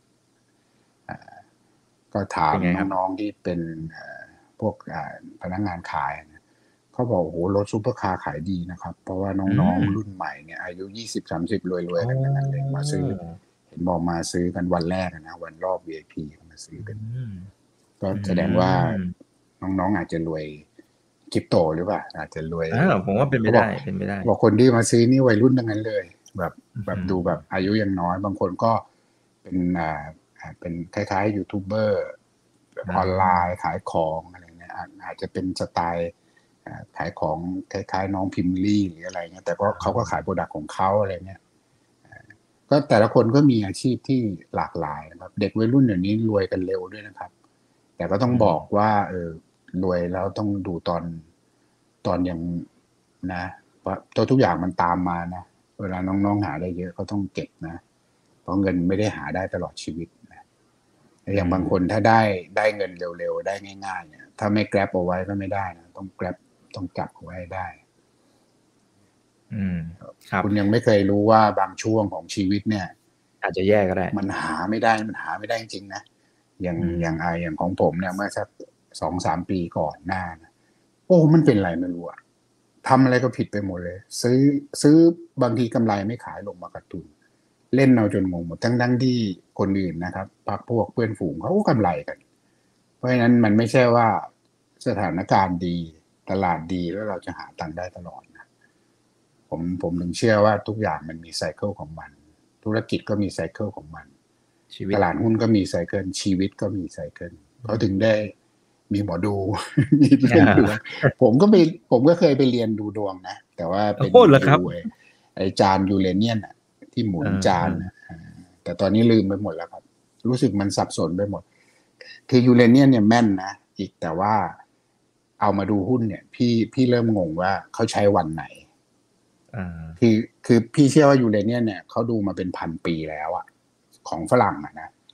ก็ถามเป็นไงครับน้องๆที่เป็นพวกพนักงานขายนะเขาบอกโอ้โหรถซูเปอร์คาร์ขายดีนะครับเพราะว่าอืน้องมๆรุ่นใหม่เนี่ยอายุยี่สิบสามสิบรวยอ๋ๆกันทั้งนั้นเลยอมาซื้อเห็นบอกมาซื้อกันวันแรกนะวันรอบ วี ไอ พี มาซื้ออืกันมก็อืแสดงว่ามน้องๆอาจจะรวยคริปโตหรือเปล่าอาจจะรวยอาผมว่าเป็นไปได้เขาบอกเป็นไปได้บอกคนที่มาซื้อนี่วัยรุ่นทั้งนั้นเลยแบบแบบอื้อฮือดูแบบอายุยังน้อยบางคนก็เป็นอ่าเป็นคล้ายๆยูทูบเบอร์อออนไลน์าขายของอะไรเงี้ยอาจจะเป็นสไตล์ขายของคล้ายๆน้องพิมลี่หรืออะไรเงี้ยแต่ก็เขาก็ขายโปรดักต์ของเขาอะไรเงี้ยก็แต่ละคนก็มีอาชีพที่หลากหลายนะครับเด็กวัยรุ่นเดี๋ยวนี้รวยกันเร็วด้วยนะครับแต่ก็ต้องอืมบอกว่าเออรวยแล้วต้องดูตอนตอนยังนะเพราะตัวทุกอย่างมันตามมานะเวลาน้องๆหาได้เยอะก็ต้องเก็บนะเพราะเงินไม่ได้หาได้ตลอดชีวิตนะอย่างอืมบางคนถ้าได้ได้เงินเร็วๆได้ง่ายๆเนี่ยถ้าไม่แกร็บเอาไว้ก็ไม่ได้นะต้องแกร็บต้องจับเอาไว้ได้อืมครับคุณยังไม่เคยรู้ว่าบางช่วงของชีวิตเนี่ยอาจจะแย่ก็ได้มันหาไม่ได้มันหาไม่ได้จริงๆนะอย่างอืมอย่างไออย่างของผมเนี่ยเมื่อสักสองสามปีก่อนหน้านะโอ้มันเป็นไรไม่รู้อะทำอะไรก็ผิดไปหมดเลยซื้อซื้อบางทีกำไรไม่ขายลงมาขาดทุนเล่นเอาจนงงหมดทั้งทั้งที่คนอื่นนะครับพักพวกเพื่อนฝูงเขาก็กำไรกันเพราะฉะนั้นมันไม่ใช่ว่าสถานการณ์ดีตลาดดีแล้วเราจะหาตังค์ได้ตลอดนะผมผมถึงเชื่อว่าทุกอย่างมันมีไซเคิลของมันธุรกิจก็มีไซเคิลของมันชีวิตตลาดหุ้นก็มีไซเคิลชีวิตก็มีไซเคิลเขาถึงได้มีหมอดู มีเรื่องดวงอาผมก็ไปผมก็เคยไปเรียนดูดวงนะแต่ว่าโอ้เป็นโฮเหรอครับดูไอ้ไอ้จานยูเรเนียนอะที่หมุเอนจานออะแต่ตอนนี้ลืมไปหมดแล้วครับรู้สึกมันสับสนไปหมดคือยูเรเนียนเนี่ยแม่นนะอีกแต่ว่าเอามาดูหุ้นเนี่ยพี่พี่เริ่มงงว่าเขาใช้วันไหนๆอาคือคือพี่เชื่อว่ายูเรเนียนเนี่ยเขาดูมาเป็นพันปีแล้วอะของฝรั่งอะนะ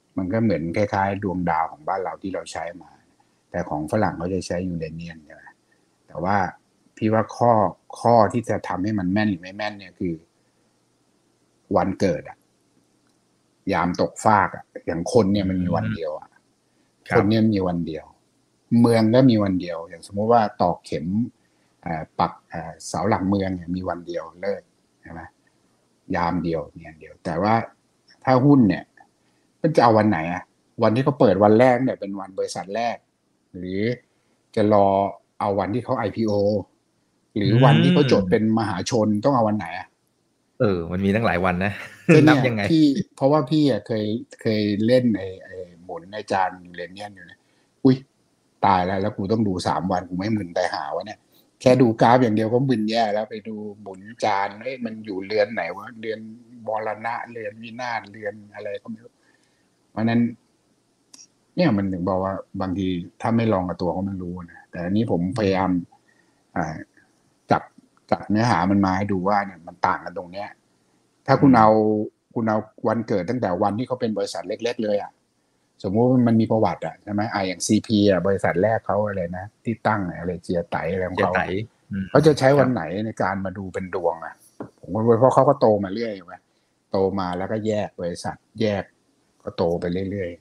มันก็เหมือนคล้ายๆดวงดาวของบ้านเราที่เราใช้มาแต่ของฝรั่งเขาจะใช้ยูเรเนียมใช่ไหมแต่ว่าพี่ว่าข้อข้อที่จะทำให้มันแม่นหรือไม่แม่นเนี่ยคือวันเกิดอะยามตกฟากอะอย่างคนเนี่ยมันมีวันเดียวอะคนเนี่ยมีวันเดียวเมืองก็มีวันเดียวอย่างสมมติว่าตอกเข็มปักเสาหลักเมืองเนี่ยมีวันเดียวเลิกใช่ไหมยามเดียวเนี่ยเดียวแต่ว่าถ้าหุ้นเนี่ยมันจะเอาวันไหนอะวันที่เขาเปิดวันแรกเนี่ยเป็นวันบริษัทแรกหรือจะรอเอาวันที่เขา ไอ พี โอ หรือวันที่เขาจดเป็นมหาชนต้องเอาวันไหนอะเออมันมีตั้งหลายวันนะนับยังไงพี่เพราะว่าพี่อ่ะเคยเคยเล่นไอ้ไอ้หมุนในจานยูเรเนียมอยู่นะอุ้ยตายแล้วแล้วกูต้องดูสามวันกูไม่มึนตายหาวะเนี่ยแค่ดูกราฟอย่างเดียวก็มึนแย่แล้วไปดูหมุนจานเอ้ยมันอยู่เรือนไหนวะเรือนมรณะเรือนวินาศเรือนอะไรก็ไม่รู้เพราะนั้นเนี่ยมันถึงบอกว่าบางทีถ้าไม่ลองกับตัวก็ไม่รู้นะแต่อันนี้ผมพยายามอ่าจับจับเนื้อหามันมาให้ดูว่าเนี่ยมันต่างกันตรงเนี้ยถ้าคุณเอาคุณเอาวันเกิดตั้งแต่วันที่เขาเป็นบริษัทเล็กๆเลยอ่ะสมมุติว่ามันมีประวัติอ่ะใช่ไหมไออย่าง ซี พี อ่ะบริษัทแรกเขาอะไรนะที่ตั้งอะไรเจียไตอะไรของเขาเขาจะใช้วันไหนในการมาดูเป็นดวงอ่ะผมว่าเพราะเขาก็โตมาเรื่อยอยู่ไงโตมาแล้วก็แยกบริษัทแยกก็โตไปเรื่อย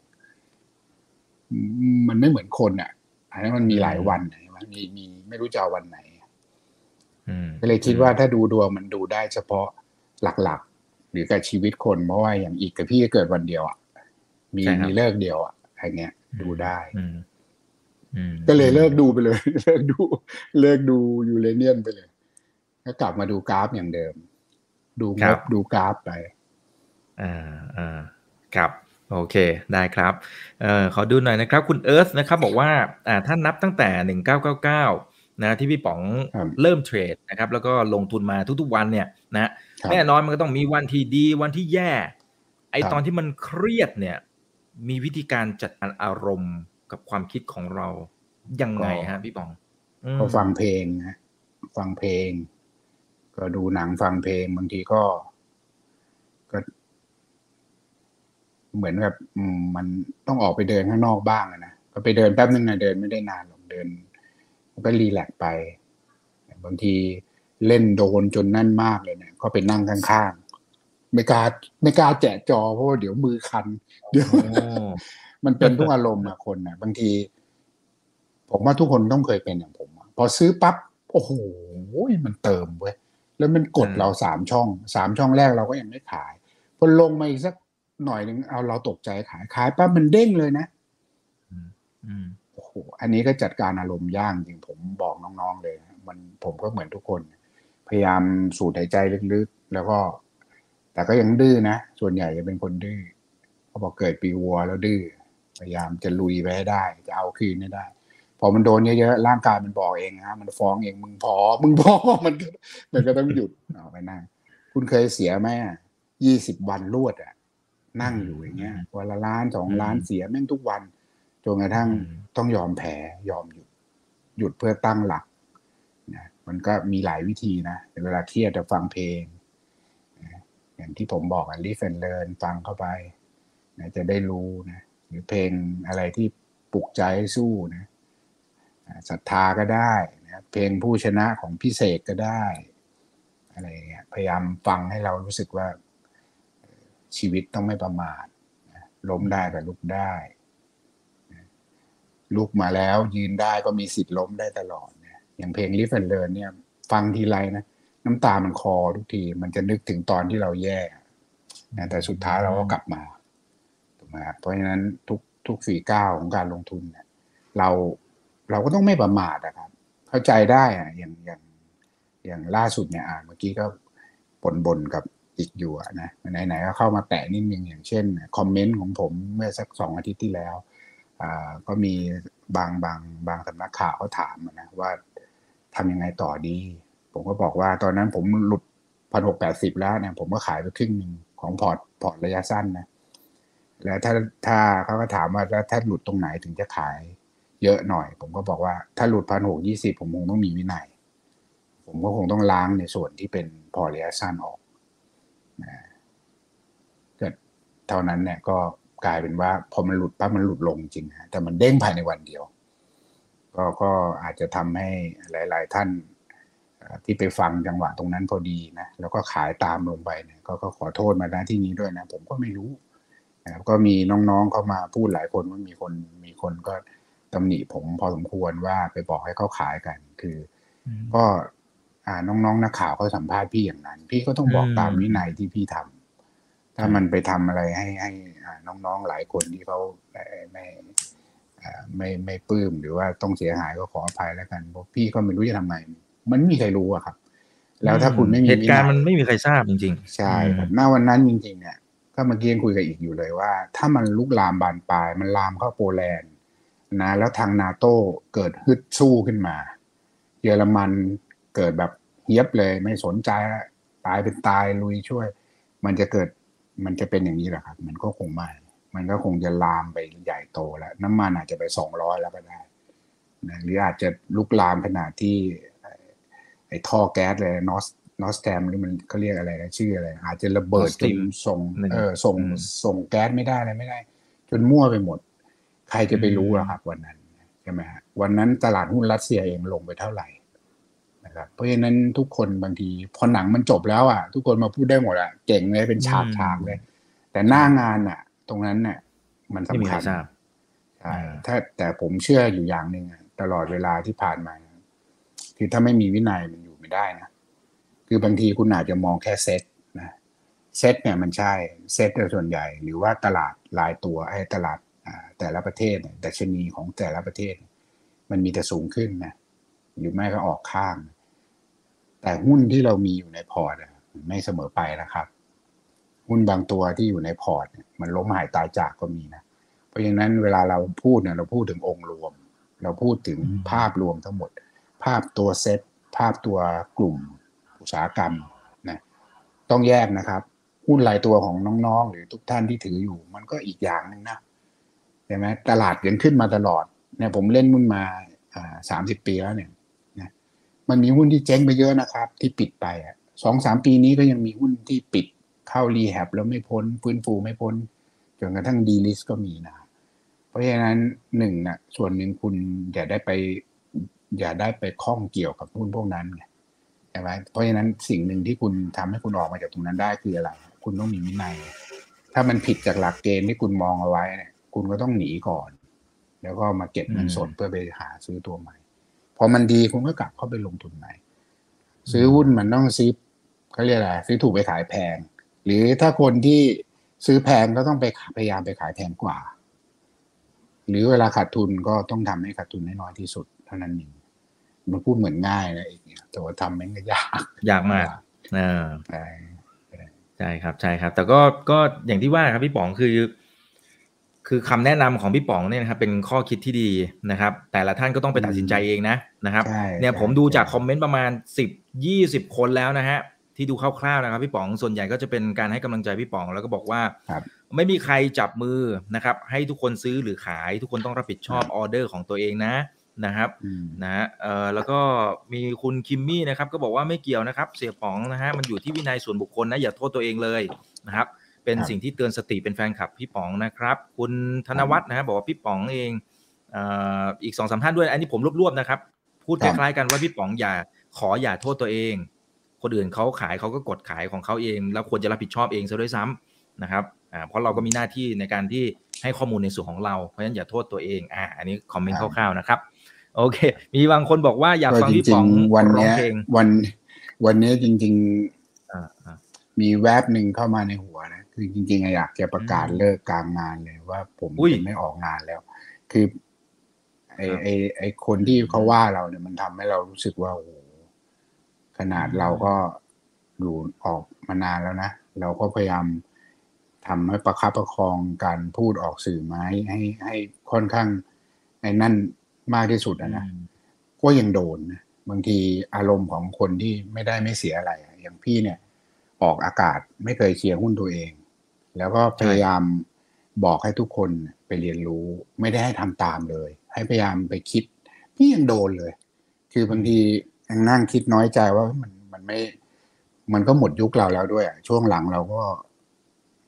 ๆมันไม่เหมือนคนอ่ะอันนั้นมันมีหลายวันมันมีมีไม่รู้จะเอาวันไหนก็เลยคิดว่าถ้าดูดวงมันดูได้เฉพาะหลักๆหรือกับชีวิตคนเพราะว่าอย่างอีกกับพี่เกิดวันเดียวอ่ะมีมีเลิกเดียวอ่ะอะไรเงี้ยดูได้ก็เลยเลิกดูไปเลยเลิกดูเลิกดูยูเรเนียมไปเลยก็กลับมาดูกราฟอย่างเดิมดูงบดูกราฟไปอ่าอ่าครับโอเคได้ครับเอ่อขอดูหน่อยนะครับคุณเอิร์ธนะครับบอกว่าอ่าท่านนับตั้งแต่หนึ่งเก้าเก้าเก้านะที่พี่ป๋องเริ่มเทรดนะครับแล้วก็ลงทุนมาทุกๆวันเนี่ยนะแน่นอนมันก็ต้องมีวันที่ดีวันที่แย่ไอตอนที่มันเครียดเนี่ยมีวิธีการจัดการอารมณ์กับความคิดของเรายังไงฮะพี่ป๋องก็ฟังเพลงนะฟังเพลงก็ดูหนังฟังเพลงบางทีก็ก็เหมือนแบบมันต้องออกไปเดินข้างนอกบ้างนะก็ไปเดินแป๊บนึงนะเดินไม่ได้นานหรอกเดินก็รีแลกซ์ไปบางทีเล่นโดนจนนั่นมากเลยเนี่ยก็ไปนั่งข้างๆไม่กล้าไม่กล้าแจกจอเพราะว่าเดี๋ยวมือคันเดี๋ยวมันเป็นทุกอารมณ์อะคนนะบางทีผมว่าทุกคนต้องเคยเป็นอย่างผมพอซื้อปั๊บโอ้โหมันเติมเว้ยแล้วมันกดเราสามช่องสามช่องแรกเราก็ยังไม่ขายพอลงมาอีกสักหน่อยนึงเอาเราตกใจขายขายปั๊บมันเด้งเลยนะโอ้โหอันนี้ก็จัดการอารมณ์ยากจริงผมบอกน้องๆเลยมันผมก็เหมือนทุกคนพยายามสูดหายใจลึกๆแล้วก็แต่ก็ยังดื้อนะส่วนใหญ่จะเป็นคนดื้อเขาบอกเกิดปีวัวแล้วดื้อพยายามจะลุยไปให้ได้จะเอาคืนให้ได้พอมันโดนเยอะๆร่างกายมันบอกเองนะมันฟ้องเองมึงพอมึงพอมันก็มันก็ต้องหยุดเอาไปนั่งคุณเคยเสียไหมยี่สิบวันรวดอ่ะนั่งอยู่อย่างเงี้ยวันละล้านสองล้านเสียแม่งทุกวันจนกระทั่งต้องยอมแพ้ยอมหยุดหยุดเพื่อตั้งหลักนะมันก็มีหลายวิธีนะเวลาเครียดจะฟังเพลงนะอย่างที่ผมบอกอ่ะ Live and Learn ฟังเข้าไปนะจะได้รู้นะหรือเพลงอะไรที่ปลุกใจให้สู้นะศรัทธาก็ได้นะเพลงผู้ชนะของพี่เสกก็ได้อะไรเงี้ยพยายามฟังให้เรารู้สึกว่าชีวิตต้องไม่ประมาทนะล้มได้แต่ลุกได้นะลุกมาแล้วยืนได้ก็มีสิทธิ์ล้มได้ตลอดนะอย่างเพลง Live and Learn เนี่ยฟังทีไรนะน้ำตามันคลอทุกทีมันจะนึกถึงตอนที่เราแย่นะแต่สุดท้ายเราก็กลับมาถูกไหมครับเพราะฉะนั้นทุกทุกสี่ก้าวของการลงทุนเนี่ยเราเราก็ต้องไม่ประมาทนะครับเข้าใจได้อะอย่างอย่างอย่างล่าสุดเนี่ยอ่านเมื่อกี้ก็บ่นๆกับอีกอยู่นะไหนๆก็เข้ามาแตะนิดนึงอย่างเช่นคอมเมนต์ของผมเมื่อสักสองอาทิตย์ที่แล้วอ่าก็มีบางบางบางสำนักข่าวเขาถามนะว่าทำยังไงต่อดีผมก็บอกว่าตอนนั้นผมหลุดพันหกแปดสิบแล้วเนี่ยผมก็ขายไปครึ่งหนึ่งของพอร์ตพอร์ตระยะสั้นนะแล้วถ้าถ้าเขาก็ถามว่าแล้วถ้าหลุดตรงไหนถึงจะขายเยอะหน่อยผมก็บอกว่าถ้าหลุดพันหกยี่สิบผมคงต้องมีวินัยผมก็คงต้องล้างในส่วนที่เป็นพอร์ตระยะสั้นออกนะเกิดเท่านั้นเนี่ยก็กลายเป็นว่าพอมันหลุดปั๊บมันหลุดลงจริงฮะแต่มันเด้งภายในวันเดียวก็ก็อาจจะทำให้หลายๆท่านที่ไปฟังจังหวะตรงนั้นพอดีนะแล้วก็ขายตามลงไปเนี่ยก็ขอโทษมาณที่นี้ด้วยนะผมก็ไม่รู้นะครับก็มีน้องๆเข้ามาพูดหลายคนว่ามีคนมีคนก็ตำหนิผมพอสมควรว่าไปบอกให้เขาขายกันคือก็อ่าน้องๆนักข่าวเขาสัมภาษณ์พี่อย่างนั้นพี่ก็ต้องบอกตามวินัยที่พี่ทำถ้ามันไปทำอะไรให้ให้น้องๆหลายคนที่เขาไม่ไม่ไม่ไม่ปลื้มหรือว่าต้องเสียหายก็ขออภัยแล้วกันเพราะพี่ก็ไม่รู้จะทำไงมันไม่มีใครรู้อะครับแล้วถ้าคุณไม่มีเหตุการณ์มันไม่มีใครทราบจริงๆใช่ครับณวันนั้นจริงๆเนี่ยก็เมื่อกี้คุยกับอีกอยู่เลยว่าถ้ามันลุกลามบานปลายมันลามเข้าโปแลนด์นะแล้วทางนาโต้เกิดฮึดสู้ขึ้นมาเยอรมันเกิดแบบเฮียบเลยไม่สนใจตายเป็นตายลุยช่วยมันจะเกิดมันจะเป็นอย่างนี้แหละครับมันก็คงไม่มันก็คงจะลามไปใหญ่โตแล้วน้ำมันอาจจะไปสองร้อยแล้วก็ได้นะหรืออาจจะลุกลามขนาดที่ไอ้ท่อแก๊สเลยนอสนอสแตมหรือมันเขาเรียกอะไรนะชื่ออะไรอาจจะระเบิดจนส่งเออส่งส่งแก๊สไม่ได้อะไรไม่ได้จนมั่วไปหมดใครจะไปรู้ล่ะครับวันนั้นใช่ไหมฮะวันนั้นตลาดหุ้นรัสเซียเองลงไปเท่าไหร่นะครับเพราะฉะนั้นทุกคนบางทีพอหนังมันจบแล้วอ่ะทุกคนมาพูดได้หมดอ่ะเก่งเลยเป็นฉากฉากเลยแต่หน้างานอ่ะตรงนั้นเนี่ยมันสำคัญใช่ถ้าแต่ผมเชื่ออยู่อย่างหนึ่งตลอดเวลาที่ผ่านมาคือถ้าไม่มีวินัยมันอยู่ไม่ได้นะคือบางทีคุณอาจจะมองแค่เซ็ตนะเซ็ตเนี่ยมันใช่เซ็ตส่วนใหญ่หรือว่าตลาดรายตัวไอ้ตลาดแต่ละประเทศดัชนีของแต่ละประเทศมันมีแต่สูงขึ้นนะหรือไม่ก็ออกข้างแต่หุ้นที่เรามีอยู่ในพอร์ตไม่เสมอไปนะครับหุ้นบางตัวที่อยู่ในพอร์ตมันล้มหายตายจากก็มีนะเพราะฉะนั้นเวลาเราพูดเนี่ยเราพูดถึงองค์รวมเราพูดถึงภาพรวมทั้งหมดภาพตัวเซ็ตภาพตัวกลุ่มอุตสาหกรรมนะต้องแยกนะครับหุ้นรายตัวของน้องๆหรือทุกท่านที่ถืออยู่มันก็อีกอย่างนึงนะใช่ไหมตลาดเกินขึ้นมาตลอดเนี่ยผมเล่นหุ้นมาอ่าสามสิบปีแล้วเนี่ยนะมันมีหุ้นที่เจ๊งไปเยอะนะครับที่ปิดไปอ่ะสองสามปีนี้ก็ยังมีหุ้นที่ปิดเข้ารีแฮบแล้วไม่พ้นฟื้นฟูไม่พ้นจนกระทั่งดีลิสก็มีนะเพราะฉะนั้นหนึ่งนะส่วนหนึ่งคุณอย่าได้ไปอย่าได้ไปข้องเกี่ยวกับหุ้นพวกนั้นไงใช่ไหมเพราะฉะนั้นสิ่งหนึ่งที่คุณทำให้คุณออกมาจากตรงนั้นได้คืออะไรคุณต้องมีวินัยถ้ามันผิดจากหลักเกณฑ์ที่คุณมองเอาไว้เนี่ยคุณก็ต้องหนีก่อนแล้วก็มาเก็บเงินสดเพื่อไปหาซื้อตัวใหม่พอมันดีคุณก็กลับเข้าไปลงทุนใหม่ซื้อหุ้นมันต้องซื้อเขาเรียกอะไรซื้อถูกไปขายแพงหรือถ้าคนที่ซื้อแพงก็ต้องไปพยายามไปขายแพงกว่าหรือเวลาขาดทุนก็ต้องทำให้ขาดทุนให้น้อยที่สุดเท่านั้นเองมันพูดเหมือนง่ายนะอีกเนี่ยแต่ว่าทำมันก็ยากยากมากอ่าใช่ใช่ครับใช่ครับแต่ก็ก็อย่างที่ว่าครับพี่ป๋องคือคือคำแนะนำของพี่ป๋องเนี่ยนะครับเป็นข้อคิดที่ดีนะครับแต่ละท่านก็ต้องไปตัดสินใจเองนะนะครับเนี่ยผมดูจากคอมเมนต์ประมาณสิบ ยี่สิบคนแล้วนะฮะที่ดูคร่าวๆนะครับพี่ป๋องส่วนใหญ่ก็จะเป็นการให้กำลังใจพี่ป๋องแล้วก็บอกว่าไม่มีใครจับมือนะครับให้ทุกคนซื้อหรือขายทุกคนต้องรับผิดชอบออเดอร์ของตัวเองนะนะครับนะฮะเอ่อแล้วก็มีคุณคิมมี่นะครับก็บอกว่าไม่เกี่ยวนะครับเสี่ยป๋องนะฮะมันอยู่ที่วินัยส่วนบุคคลนะอย่าโทษตัวเองเลยนะครับเป็นสิ่งที่เตือนสติเป็นแฟนคลับพี่ป๋องนะครับคุณธนวัฒน์นะครับบอกว่าพี่ป๋องเองเอ่ออีก สองสาม ท่านด้วยอันนี้ผมรวบๆนะครับพูดคล้ายๆกันว่าพี่ป๋องอย่าขออย่าโทษตัวเองคนอื่นเขาขายเขาก็กดขายของเขาเองแล้วควรจะรับผิดชอบเองซะด้วยซ้ำนะครับอ่าเพราะเราก็มีหน้าที่ในการที่ให้ข้อมูลในส่วนของเราเพราะฉะนั้นอย่าโทษตัวเองอ่าอันนี้คอมเมนต์คร่าวๆนะครับโอเคมีบางคนบอกว่าอยากฟังพี่ป๋องร้องเพลงวันวันนี้จริงๆมีแวบหนึ่งเข้ามาในหัวนะคือจริงๆอยากจะประกาศเลิกกลางงานเลยว่าผมจะไม่ออกงานแล้วคือไอไอไอคนที่เขาว่าเราเนี่ยมันทำให้เรารู้สึกว่าโอ้โหขนาดเราก็อยู่ออกมานานแล้วนะเราก็พยายามทำให้ประคับประคองการพูดออกสื่อไม้ให้ให้ค่อนข้างไอ้นั่นมากที่สุดนะก็ยังโดนนะบางทีอารมณ์ของคนที่ไม่ได้ไม่เสียอะไรอย่างพี่เนี่ยออกอากาศไม่เคยเชียร์หุ้นตัวเองแล้วก็พยายามบอกให้ทุกคนไปเรียนรู้ไม่ได้ให้ทำตามเลยให้พยายามไปคิดพี่ยังโดนเลยคือบางทียังนั่งคิดน้อยใจว่ามันมันไม่มันก็หมดยุคเราแล้วด้วยช่วงหลังเราก็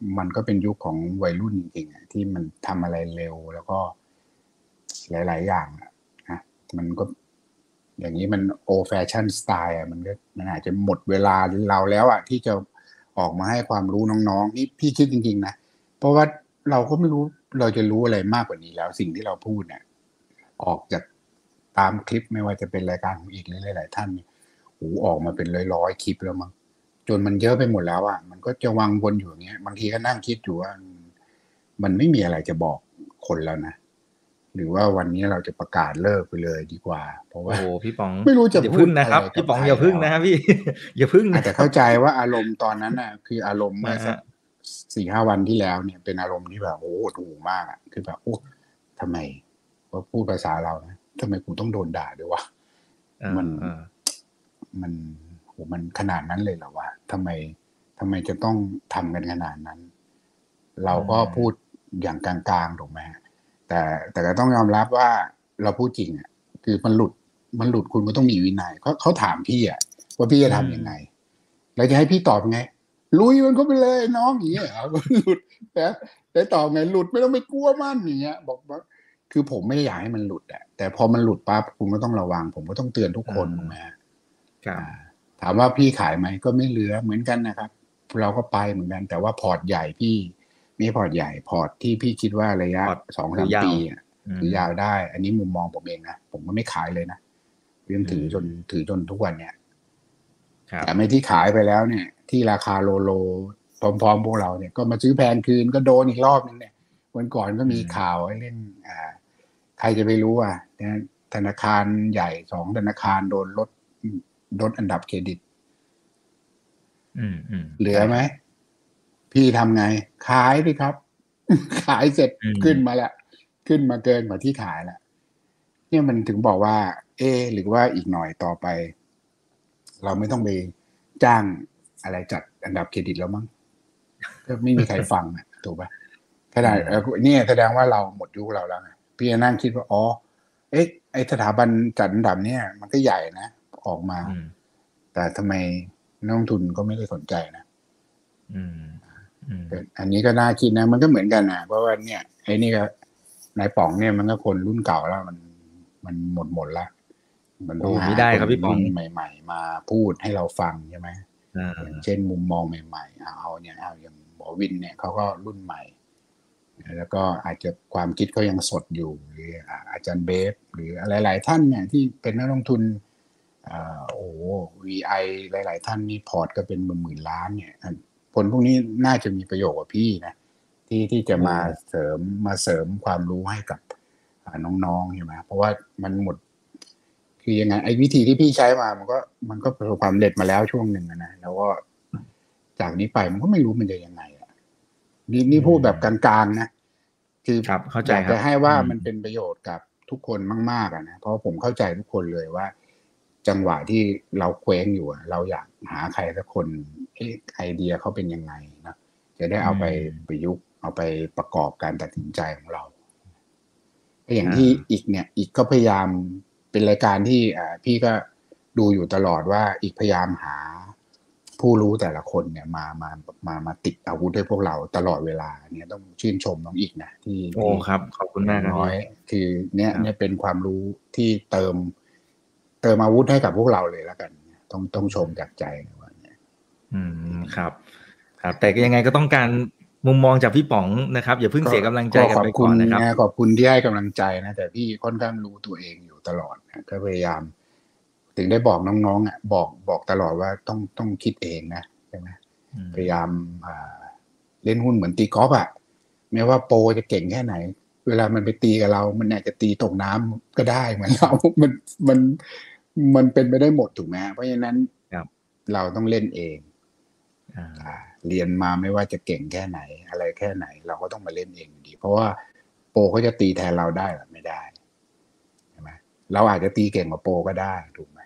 มันก็เป็นยุคของวัยรุ่นจริงๆที่มันทำอะไรเร็วแล้วก็หลายๆอย่างนะมันก็อย่างนี้มันโอแฟชั่นสไตล์อ่ะมันก็มันอาจจะหมดเวลาเราแล้วอ่ะที่จะออกมาให้ความรู้น้องๆนี่พี่คิดจริงๆนะเพราะว่าเราก็ไม่รู้เราจะรู้อะไรมากกว่านี้แล้วสิ่งที่เราพูดเนี่ยออกจากตามคลิปไม่ว่าจะเป็นรายการของอีกหรือหลายๆท่านเนี่ยโหออกมาเป็นร้อยๆคลิปแล้วมั้งจนมันเยอะไปหมดแล้วอ่ะมันก็จะวังวนอยู่อย่างเงี้ยบางทีก็นั่งคิดอยู่ว่ามันไม่มีอะไรจะบอกคนแล้วนะหรือว่าวันนี้เราจะประกาศเลิกไปเลยดีกว่าเพราะว่าโอ้พี่ป๋องไม่รู้จะอย่าพูพึ่ดงนะอะครัไรบกัพี่บป๋องใครอย่าพึ่งแล้วนะครับพี่ อย่าพึ่งอานะจจะเข้าใจว่าอารมณ์ตอนนั้นน่ะคืออารมณ์เมื่อสักอ่าสี่ห้าวันที่แล้วเนี่ยเป็นอารมณ์ที่แบบโอ้ถูกมากอ่ะคือแบบโอ้ทำไมว่าพูดภาษาเรานะทำไมกูต้องโดนด่าด้วยวะอ่ามันอ่ามันโหมันขนาดนั้นเลยเหรอวะทำไมทำไมจะต้องทำกันขนาดนั้น เราก็พูดอย่างกลางๆถูกไหมฮะแต่แต่ก็ต้องยอมรับว่าเราพูดจริงอ่ะคือมันหลุดมันหลุดคุณก็ต้องมีวินัยเขาเขาถามพี่อ่ะว่าพี่จะทำยังไงแล้วจะให้พี่ตอบไงลุยมันก็ไปเลยน้องอย่างเงี้ยเหรอหลุดแต่แต่ตอบไงหลุดไม่ต้องไปกลัวมันอย่างเงี้ยบอกว่าคือผมไม่ได้อยากให้มันหลุดอ่ะแต่พอมันหลุดปั๊บคุณก็ต้องระวังผมก็ต้องเตือนทุกคนถูกไหมฮะครับถามว่าพี่ขายไหมก็ไม่เหลือเหมือนกันนะครับเราก็ไปเหมือนกันแต่ว่าพอร์ตใหญ่พี่ไม่พอร์ตใหญ่พอร์ตที่พี่คิดว่าระยะพอร์ตสองถืสามอยาวปีอะอืมถือยาวได้ อันนี้มุมมองผมเองนะผมก็ไม่ขายเลยนะยังถือจนถือจนทุกวันเนี่ยครับแต่ไม่ที่ขายไปแล้วเนี่ย ที่ราคาโลโลพร้อมๆพวกเราเนี่ยก็มาซื้อแพงคืนก็โดนอีกรอบนึงเนี่ยวันก่อนก็มีข่าวไอ้เรื่องอ่าใครจะไปรู้อ่ะนะธนาคารใหญ่สองธนาคารโดนลดลดอันดับเครดิตอืมอืมเหลือไหมพี่ทำไงขายดิครับ ขายเสร็จอืมขึ้นมาแล้วขึ้นมาเกินกว่าที่ขายแล้วเนี่ยมันถึงบอกว่า เออหรือว่าอีกหน่อยต่อไป เราไม่ต้องไปจ้างอะไรจัดอันดับเครดิตแล้วมั้งก็ไม่มีใครฟังอะถูกปะขนาดเออเนี่ยแสดงว่าเราหมดยุคเราแล้วไงพี่จะนั่งคิดว่าอ๋อเอ๊ะไอสถาบันจัดอันดับเนี่ยมันก็ใหญ่นะออกมาอืมแต่ทำไมนักลงทุนก็ไม่ได้สนใจนะอืมอืมอันนี้ก็น่าคิดนะมันก็เหมือนกันนะเพราะว่าเนี่ยไอ้นี่ก็นายป๋องเนี่ยมันก็คนรุ่นเก่าแล้วมันมันหมดหมดละมันต้องโอ้หาไม่ได้คนครับพี่ป๋องรุ่นใหม่ ๆ มาพูดให้เราฟังใช่ไหมอ่าอย่างเช่นมุมมองใหม่ๆเอาเอาเนี่ยเอาอย่างหมอวินเนี่ยเขาก็รุ่นใหม่ แล้วก็อาจจะความคิดเขายังสดอยู่หรืออ่าอาจารย์เบฟหรืออะไรหลายท่านเนี่ยที่เป็นนักลงทุนอ่าโอ้ วี ไอ หลาย ๆ ท่านมีพอร์ตก็เป็นหมื่นๆล้านเนี่ยคนพวกนี้น่าจะมีประโยชน์กับพี่นะที่ที่จะมาเสริมมาเสริมความรู้ให้กับน้องๆใช่ไหมเพราะว่ามันหมดคือยังไงไอ้วิธีที่พี่ใช้มามันก็มันก็ประสบความสำเร็จมาแล้วช่วงหนึ่งนะแล้วก็จากนี้ไปมันก็ไม่รู้มันจะยังไงอ่ะนี่นี่พูดแบบกลางๆนะคืออยากจะให้ว่ามันเป็นประโยชน์กับทุกคนมากๆอ่ะนะเพราะผมเข้าใจทุกคนเลยว่าจังหวะที่เราเคว้งอยู่เราอยากหาใครสักคนไอเดียเขาเป็นยังไงนะจะได้เอาไปประยุกต์เอาไปประกอบการตัดสินใจของเราอย่างที่อีกเนี่ยอีกก็พยายามเป็นรายการที่อ่าพี่ก็ดูอยู่ตลอดว่าอีกพยายามหาผู้รู้แต่ละคนเนี่ยมามามามาติดอาวุธให้พวกเราตลอดเวลาเนี่ยต้องชื่นชมน้องอีกนะที่โอ้ครับขอบคุณมากครับน้อยคือเนี่ยเนี่ยเป็นความรู้ที่เติมเติมอาวุธให้กับพวกเราเลยแล้วกันต้องต้องชมจากใจว่าเนี่ยอืมครับครับแต่ยังไงก็ต้องการมุมมองจากพี่ป๋องนะครับอย่าเพิ่งเสียกำลังใจกันไปก่อนนะครับขอบคุณที่ให้กำลังใจนะแต่พี่ค่อนข้างรู้ตัวเองอยู่ตลอดนะก็พยายามถึงได้บอกน้องๆอ่ะบอกบอกตลอดว่าต้องต้องคิดเองนะใช่ไหมพยายามเล่นหุ้นเหมือนตีกอล์ฟอ่ะแม้ว่าโปรจะเก่งแค่ไหนเวลามันไปตีกับเรามันอาจจะตีตกน้ำก็ได้เหมือนเรามันมันมันเป็นไปได้หมดถูกไหมเพราะฉะนั้นเราต้องเล่นเองเรียนมาไม่ว่าจะเก่งแค่ไหนอะไรแค่ไหนเราก็ต้องมาเล่นเองดีเพราะว่าโปรเขาจะตีแทนเราได้หรือไม่ได้ใช่ไหมเราอาจจะตีเก่งกว่าโปรก็ได้ถูกไหม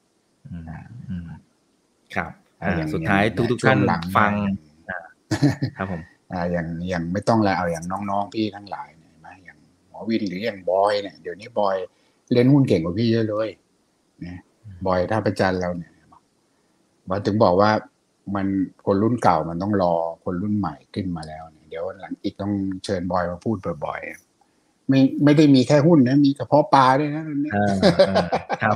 ครับสุดท้ายทุกๆท่านฟังครับผมอย่างอย่างไม่ต้องแล้วเอาอย่างน้องๆพี่ทั้งหลายเนี่ยมาอย่างหมอวินหรืออย่างบอยเนี่ยเดี๋ยวนี้บอยเล่นหุ้นเก่งกว่าพี่เยอะเลยนะบอยท่าประจันเราเนี่ยบอยถึงบอกว่ามันคนรุ่นเก่ามันต้องรอคนรุ่นใหม่ขึ้นมาแล้วเนี่ยเดี๋ยวหลังอีกต้องเชิญบอยมาพูดบ่อยๆไม่ไม่ได้มีแค่หุ้นนะมีกระเพาะปลาด้วยนะเนี่ยครับ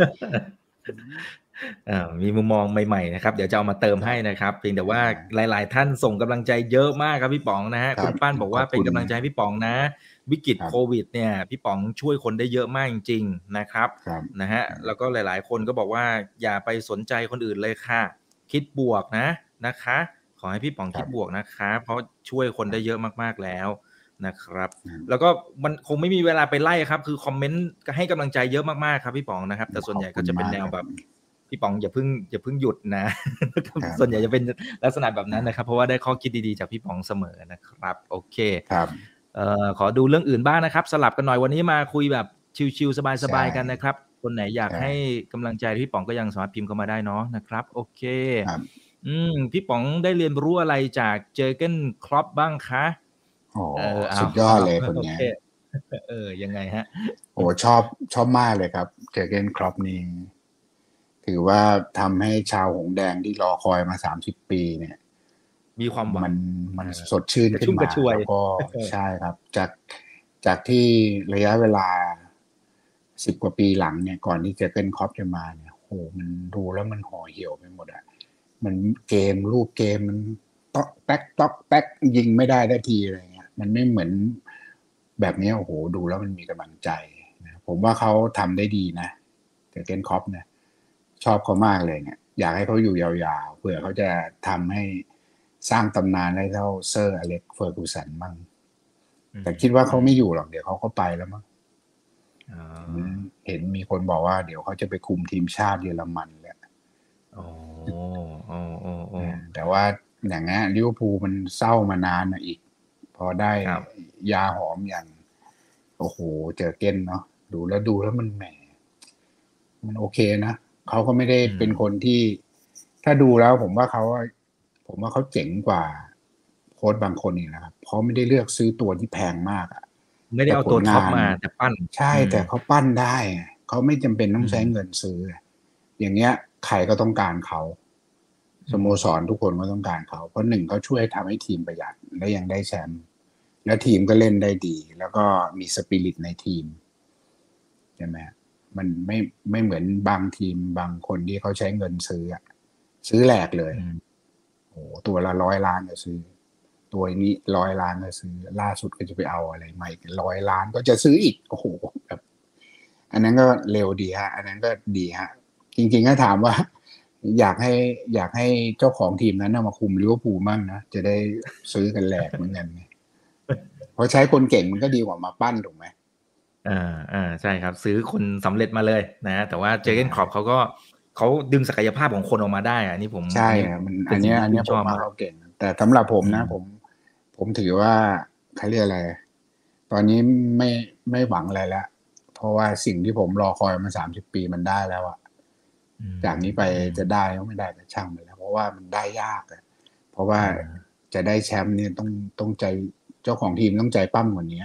มีมุมมองใหม่ๆนะครับเดี๋ยวจะเอามาเติมให้นะครับเพียงแต่ว่าหลายๆท่านส่งกำลังใจเยอะมากครับพี่ป๋องนะฮะคุณปั้นบอกว่าเป็นกำลังใจพี่ป๋องนะวิกฤตโควิดเนี่ยพี่ป๋องช่วยคนได้เยอะมากจริงๆนะครับนะฮะแล้วก็หลายๆคนก็บอกว่าอย่าไปสนใจคนอื่นเลยค่ะคิดบวกนะนะคะขอให้พี่ป๋องคิดบวกนะคะเพราะช่วยคนได้เยอะมากๆแล้วนะครับแล้วก็มันคงไม่มีเวลาไปไล่ครับคือคอมเมนต์ให้กำลังใจเยอะมากๆครับพี่ป๋องนะครับแต่ส่วนใหญ่ก็จะเป็นแนวแบบพี่ป๋องอย่าเพิ่งอย่าเพิ่งหยุดนะส่วนใหญ่จะเป็นลักษณะแบบนั้นนะครับเพราะว่าได้ข้อคิดดีๆจากพี่ป๋องเสมอนะครับโอเคครับเอ่อขอดูเรื่องอื่นบ้างนะครับสลับกันหน่อยวันนี้มาคุยแบบชิลๆสบายๆกันนะครับคนไหนอยากให้กำลังใจพี่ป๋องก็ยังสามารถพิมพ์เข้ามาได้เนาะนะครับโอเคอืมพี่ป๋องได้เรียนรู้อะไรจากเจอร์เก้นคล็อปบ้างคะโอ้สุดยอดเลยคนนี้เออยังไงฮะโอ้ชอบชอบมากเลยครับเจอร์เก้นคล็อปนี่ถือว่าทำให้ชาวหงแดงที่รอคอยมาสามสิบปีเนี่ยมีความหวังมันมันสดชื่นขึ้นมาแล้วก็ใช่ครับจากจากที่ระยะเวลาสิบกว่าปีหลังเนี่ยก่อนที่เจอร์เก้นคล็อปจะมาเนี่ยโหมันดูแล้วมันห่อเหี่ยวไปหมดอ่ะมันเกมรูปเกมมันต๊อกแป๊กต๊อกแป๊กยิงไม่ได้ได้ทีอะไรเงี้ยมันไม่เหมือนแบบนี้โอ้โหดูแล้วมันมีกำลังใจนะผมว่าเขาทำได้ดีนะเจอร์เก้นคล็อปเนี่ยชอบเขามากเลยเนี่ยอยากให้เขาอยู่ยาวๆเผื่อเขาจะทำให้สร้างตำนานได้เท่าเซอร์อเล็กเฟอร์กูสันมั่งแต่คิดว่าเขาไม่อยู่หรอกเดี๋ยวเขาก็ไปแล้วมั้งเห็นมีคนบอกว่าเดี๋ยวเขาจะไปคุมทีมชาติเยอรมันแล้วอ๋ออ๋ออ๋ออ๋อแต่ว่าอย่างงี้ลิเวอร์พูลมันเศร้ามานานนะอีกพอได้ยาหอมอย่างโอ้โหเจอเก้นเนาะดูแล้วดูแล้วมันแหมมันโอเคนะเขาก็ไม่ได้เป็นคนที่ถ้าดูแล้วผมว่าเขาผมว่าเขาเจ๋งกว่าโค้ชบางคนนี่นะครับเพราะไม่ได้เลือกซื้อตัวที่แพงมากอ่ะไม่ได้เอาตัวท็อปมาแต่ปั้นใช่แต่เขาปั้นได้เขาไม่จำเป็นต้องใช้เงินซื้ออย่างเงี้ยใครก็ต้องการเขาสโมสรทุกคนก็ต้องการเขาเพราะหนึ่งเขาช่วยทำให้ทีมประหยัดและยังได้แชมป์แล้วทีมก็เล่นได้ดีแล้วก็มีสปิริตในทีมใช่ไหมมันไม่ไม่เหมือนบางทีมบางคนที่เขาใช้เงินซื้ออะซื้อแหลกเลยโอ้ตัวละร้อยล้านก็ซื้อตัวนี้ร้อยล้านก็ซื้อล่าสุดก็จะไปเอาอะไรใหม่ร้อยล้านก็จะซื้ออีกโอ้โหแบบอันนั้นก็เร็วดีฮะอันนั้นก็ดีฮะจริงๆก็ถามว่าอยากให้อยากให้เจ้าของทีมนั้นมาคุมลิเวอร์พูลมั่งนะจะได้ซื้อกันแหลกเหมือนกันเพราะใช้คนเก่งมันก็ดีกว่ามาปั้นถูกไหมอ่าอ่าใช่ครับซื้อคนสำเร็จมาเลยนะแต่ว่าเจอร์เก้นคล็อปเขาก็เขาดึงศักยภาพของคนออกมาได้อะนี่ผมใช่มันอันนี้อันนี้ผมว่าเขาเก่งแต่สำหรับผมนะผมผมถือว่าเขาเรียกอะไรตอนนี้ไม่ไม่หวังอะไรแล้วเพราะว่าสิ่งที่ผมรอคอยมาสามสิบปีมันได้แล้วอะจากนี้ไปจะได้ก็ไม่ได้ก็ช่างไปแล้วเพราะว่ามันได้ยากอะเพราะว่าจะได้แชมป์เนี่ยต้องต้องใจเจ้าของทีมต้องใจปั้มกว่านี้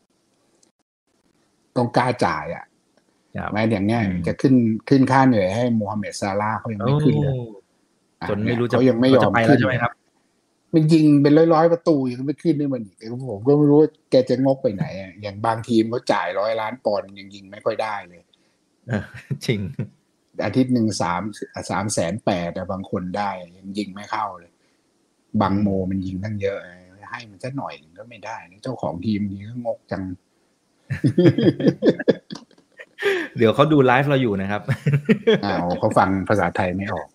ต้องกล้าจ่ายอ่ะแม้อย่างเนี้ยจะขึ้นขึ้นค่าเหนื่อยให้มูฮัมเหม็ดซาลาห์เขายังไม่ขึ้นเลยจนไม่รู้จะเขายังไม่ยอมขึ้นใช่ไหมครับมันยิงเป็นร้อยๆประตูยังไม่ขึ้นได้มันอีกผมก็ไม่รู้แกจะงกไปไหนอ่ะอย่างบางทีมเขาจ่ายร้อยล้านปอนด์ยังยิงไม่ค่อยได้เลยจริงอาทิตย์หนึ่งสามสามแสนแปดแต่บางคนได้ยังยิงไม่เข้าเลยบางโมมันยิงตั้งเยอะให้มันสักหน่อยก็ไม่ได้เจ้าของทีมนี้ก็งกจังเดี๋ยวเขาดูไลฟ์เราอยู่นะครับอ้าวเขาฟังภาษาไทยไม่ออก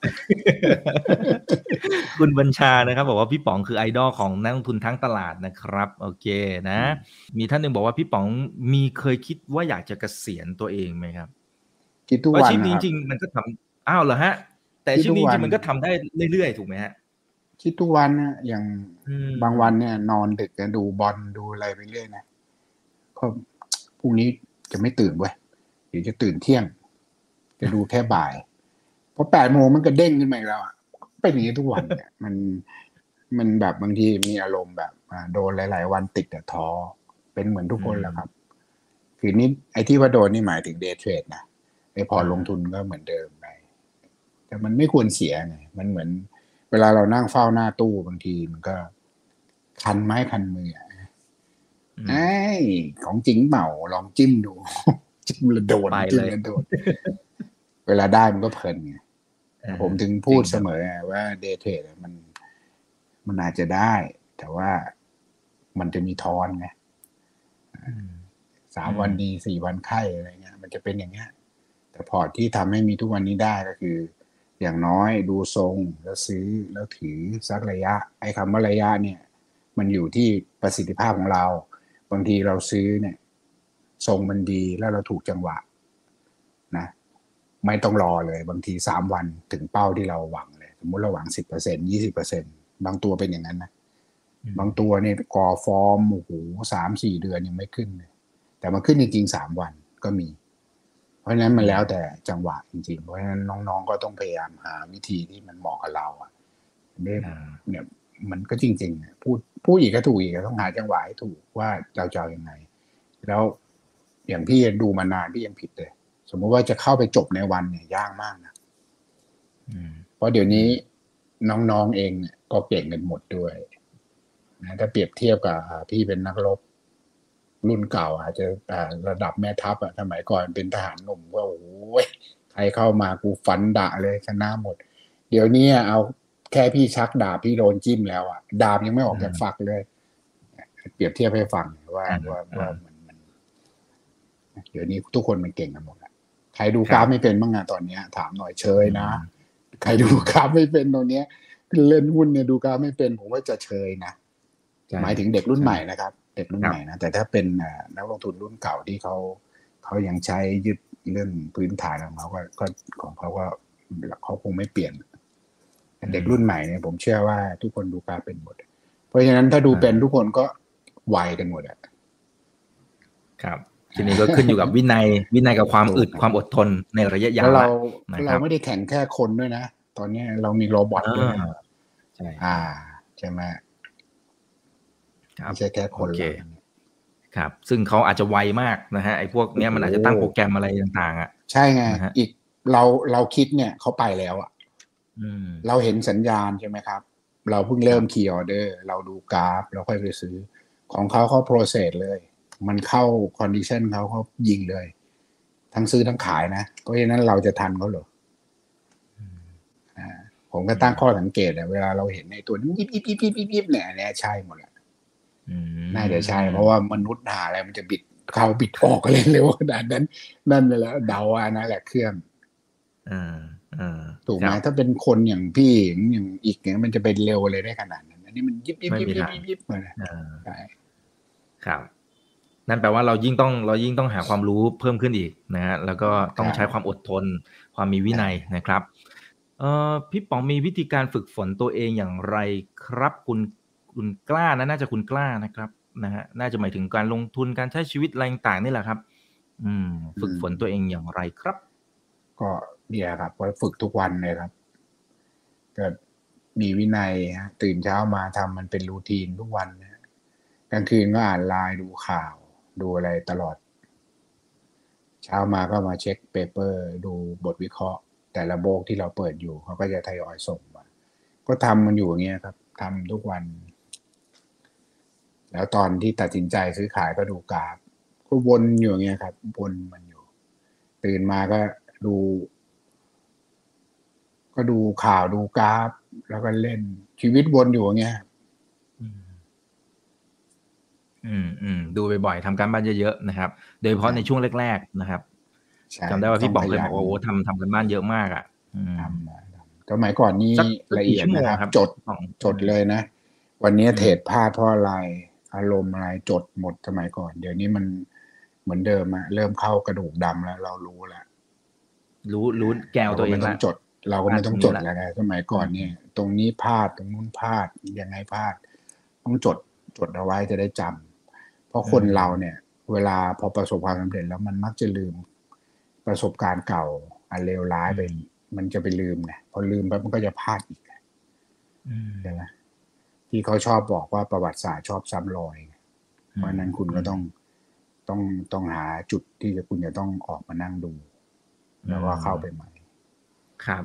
คุณบัญชานะครับบอกว่าพี่ป๋องคือไอดอลของนักลงทุนทั้งตลาดนะครับโอเคนะมีท่านหนึ่งบอกว่าพี่ป๋องมีเคยคิดว่าอยากจะเกษียณตัวเองไหมครับคิดทุกวันอาชีพนี้จริงๆมันก็ทำอ้าวเหรอฮะแต่อาชีพนี้จริงๆมันก็ทำได้เรื่อยๆถูกไหมฮะคิดทุกวันนะอย่างบางวันเนี่ยนอนดึกดูบอลดูอะไรไปเรื่อยนะก็พรุ่งนี้จะไม่ตื่นเว้ยเดี๋ยวจะตื่นเที่ยงจะดูแค่บ่ายเพราะแปดโมงมันก็เด้งขึ้นมาแล้วอ่ะเป็นอย่างนี้ทุกวันเนี่ยมันมันแบบบางทีมีอารมณ์แบบโดนหลายๆวันติดแต่ท้อเป็นเหมือนทุกคนแหละครับคือนี่ไอ้ที่ว่าโดนนี่หมายถึงเดย์เทรดนะไอ้พอลงทุนก็เหมือนเดิมไปแต่มันไม่ควรเสียไงมันเหมือนเวลาเรานั่งเฝ้าหน้าตู้บางทีมันก็คันไม้คันมือไอ้ของจริงเปล่าลองจิ้มดูจิ้มระโดดจิ้มระโดดเวลาได้มันก็เพลินไงผมถึงพูดเสมอว่าเดย์เทรดมันมันอาจจะได้แต่ว่ามันจะมีทอนไงสามวันดีสี่วันไข้อะไรเงี้ยมันจะเป็นอย่างเงี้ยแต่พอร์ตที่ทำให้มีทุกวันนี้ได้ก็คืออย่างน้อยดูทรงแล้วซื้อแล้วถือสักระยะไอ้คำว่าระยะเนี่ยมันอยู่ที่ประสิทธิภาพของเราบางทีเราซื้อเนี่ยทรงมันดีแล้วเราถูกจังหวะนะไม่ต้องรอเลยบางทีสามวันถึงเป้าที่เราหวังเลยสมมุติเราหวัง สิบเปอร์เซ็นต์ ยี่สิบเปอร์เซ็นต์ บางตัวเป็นอย่างนั้นนะบางตัวเนี่ยก่อฟอร์มโอ้โห สามสี่ เดือนยังไม่ขึ้นเลยแต่มาขึ้นจริงๆสามวันก็มีเพราะฉะนั้นมันแล้วแต่จังหวะจริงๆเพราะฉะนั้นน้องๆก็ต้องพยายามหาวิธีที่มันเหมาะกับเราอ่ะเนี่ยมันก็จริงๆพูดพูดอีกก็ถูกอีกต้องหาจังหวะให้ถูกว่าเราจะเอายังไงแล้วอย่างพี่ดูมานานพี่ยังผิดเลยสมมติว่าจะเข้าไปจบในวันเนี่ยยากมากนะเพราะเดี๋ยวนี้น้องๆเองเนี่ยก็เก่งกันหมดด้วยนะถ้าเปรียบเทียบกับพี่เป็นนักรบรุ่นเก่าอาจจะระดับแม่ทัพอะสมัยก่อนเป็นทหารหนุ่มก็โอ้ยใครเข้ามากูฟันดะเลยชนะหมดเดี๋ยวนี้เอาแค่พี่ชักดาบพี่โดนจิ้มแล้วอะดาบยังไม่ออกจากฝักเลยเปรียบเทียบให้ฟังว่าว่าว่ามันมันเดี๋ยวนี้ทุกคนมันเก่งกันหมดอะใครดูกราฟไม่เป็นบ้างอะตอนนี้ถามหน่อยเชยนะใครดูกราฟไม่เป็นตอนนี้เล่นหุ้นเนี่ยดูกราฟไม่เป็นผมว่าจะเชยนะหมายถึงเด็กรุ่นใหม่นะครับเด็กรุ่นใหม่นะแต่ถ้าเป็นนักลงทุนรุ่นเก่าที่เขาเขายังใช้ยึดเรื่องพื้นฐานของเขาก็ก็ของเขาก็เขาคงไม่เปลี่ยนเด็กรุ่นใหม่เนี่ยผมเชื่อว่าทุกคนดูกราฟเป็นหมดเพราะฉะนั้นถ้าดูเป็นทุกคนก็ไวกันหมดอ่ะครับทีนี้ก็ขึ้นอยู่กับวินัยวินัยกับความอึดความอดทนในระยะยาวเราเราไม่ได้แข่งแค่คนด้วยนะตอนนี้เรามีโรบอทด้วยนะใช่อ่าใช่ไหมไม่ใช่แค่คนเลยครับซึ่งเขาอาจจะไวมากนะฮะไอ้พวกเนี้ยมันอาจจะตั้งโปรแกรมอะไรต่างๆอ่ะใช่ไงอีกเราเราคิดเนี่ยเขาไปแล้วอ่ะเราเห็นสัญญาณใช่ไหมครับเราเพิ่งเริ่มคีย์ออเดอร์เราดูกราฟเราค่อยไปซื้อของเขาเขาโปรเซสเลยมันเข้าคอนดิชันเขาเขายิงเลยทั้งซื้อทั้งขายนะเพราะฉะนั้นเราจะทันเขาเหรออ่าผมก็ตั้งข้อสังเกตเลยเวลาเราเห็นในตัวนี้ยิบยิบยิบยิบยิบยิบเนี่ยอันนี้ใช่หมดแหละน่าจะใช่เพราะว่ามนุษย์หาอะไรมันจะบิดเข้าบิดออกอะไรเร็วขนาดนั้นนั่นเลยแล้วเดาว่านั่นแหละเครื่องถูกไหมถ้าเป็นคนอย่างพี่อย่างอีกเนี่ยมันจะเป็นเร็วเลยได้ขนาดนั้นอันนี้มันยิบยิบยิบยิบยิบมาเลยใช่ครับนั่นแปลว่าเรายิ่งต้องเรายิ่งต้องหาความรู้เพิ่มขึ้นอีกนะฮะแล้วก็ต้องใช้ความอดทนความมีวินัยนะครับเอ่อพี่ป๋องมีวิธีการฝึกฝนตัวเองอย่างไรครับคุณคุณกล้านะน่าจะคุณกล้านะครับนะฮะน่าจะหมายถึงการลงทุนการใช้ชีวิตอะไรต่างๆนี่แหละครับอืมฝึกฝนตัวเองอย่างไรครับก็เนี่ยครับก็ฝึกทุกวันเลยครับก็มีวินัยฮะตื่นเช้ามาทำมันเป็นรูทีนทุกวันนะกลางคืนก็อ่านไลน์ดูข่าวดูอะไรตลอดเช้ามาก็มาเช็คเปเปอร์ดูบทวิเคราะห์แต่ละโบกที่เราเปิดอยู่เขาก็จะทยอยส่งมาก็ทำมันอยู่อย่างเงี้ยครับทำทุกวันแล้วตอนที่ตัดสินใจซื้อขายก็ดูกราฟก็วนอยู่อย่างเงี้ยครับวนมันอยู่ตื่นมาก็ดูก็ดูข่าวดูกราฟแล้วก็เล่นชีวิตวนอยู่อย่างเงี้ยอืมอืมดูบ่อยๆทำการบ้านเยอะๆนะครับโดยเฉพาะในช่วงแรกๆนะครับจำได้ว่าพี่ป๋องเคยบอกว่าโอ้ทำทำกันบ้านเยอะมากอ่ะทำสมัยก่อนนี่ละเอียดนะครับจดจดเลยนะวันนี้เทรดพลาดเพราะอะไรอารมณ์อะไรจดหมดสมัยก่อนเดี๋ยวนี้มันเหมือนเดิมอะเริ่มเข้ากระดูกดำแล้วเรารู้แล้วรู้รู้แก้วตัวเองแล้วจดเราก็ไม่ต้องจดแล้วไงสมัยก่อนเนี่ยตรงนี้พลาดตรงนู้นพลาดยังไงพลาดต้องจดจดเอาไว้จะได้จำเพราะคนเราเนี่ยเวลาพอประสบความสำเร็จแล้วมันมักจะลืมประสบการณ์เก่าอันเลวร้ายไปมันจะไปลืมไงพอลืมปั๊บมันก็จะพลาดอีกใช่ไหมที่เขาชอบบอกว่าประวัติศาสตร์ชอบซ้ำรอยเพราะนั้นคุณก็ต้องต้องต้องหาจุดที่คุณจะต้องออกมานั่งดูแล้วก็เข้าไปใหม่ครับ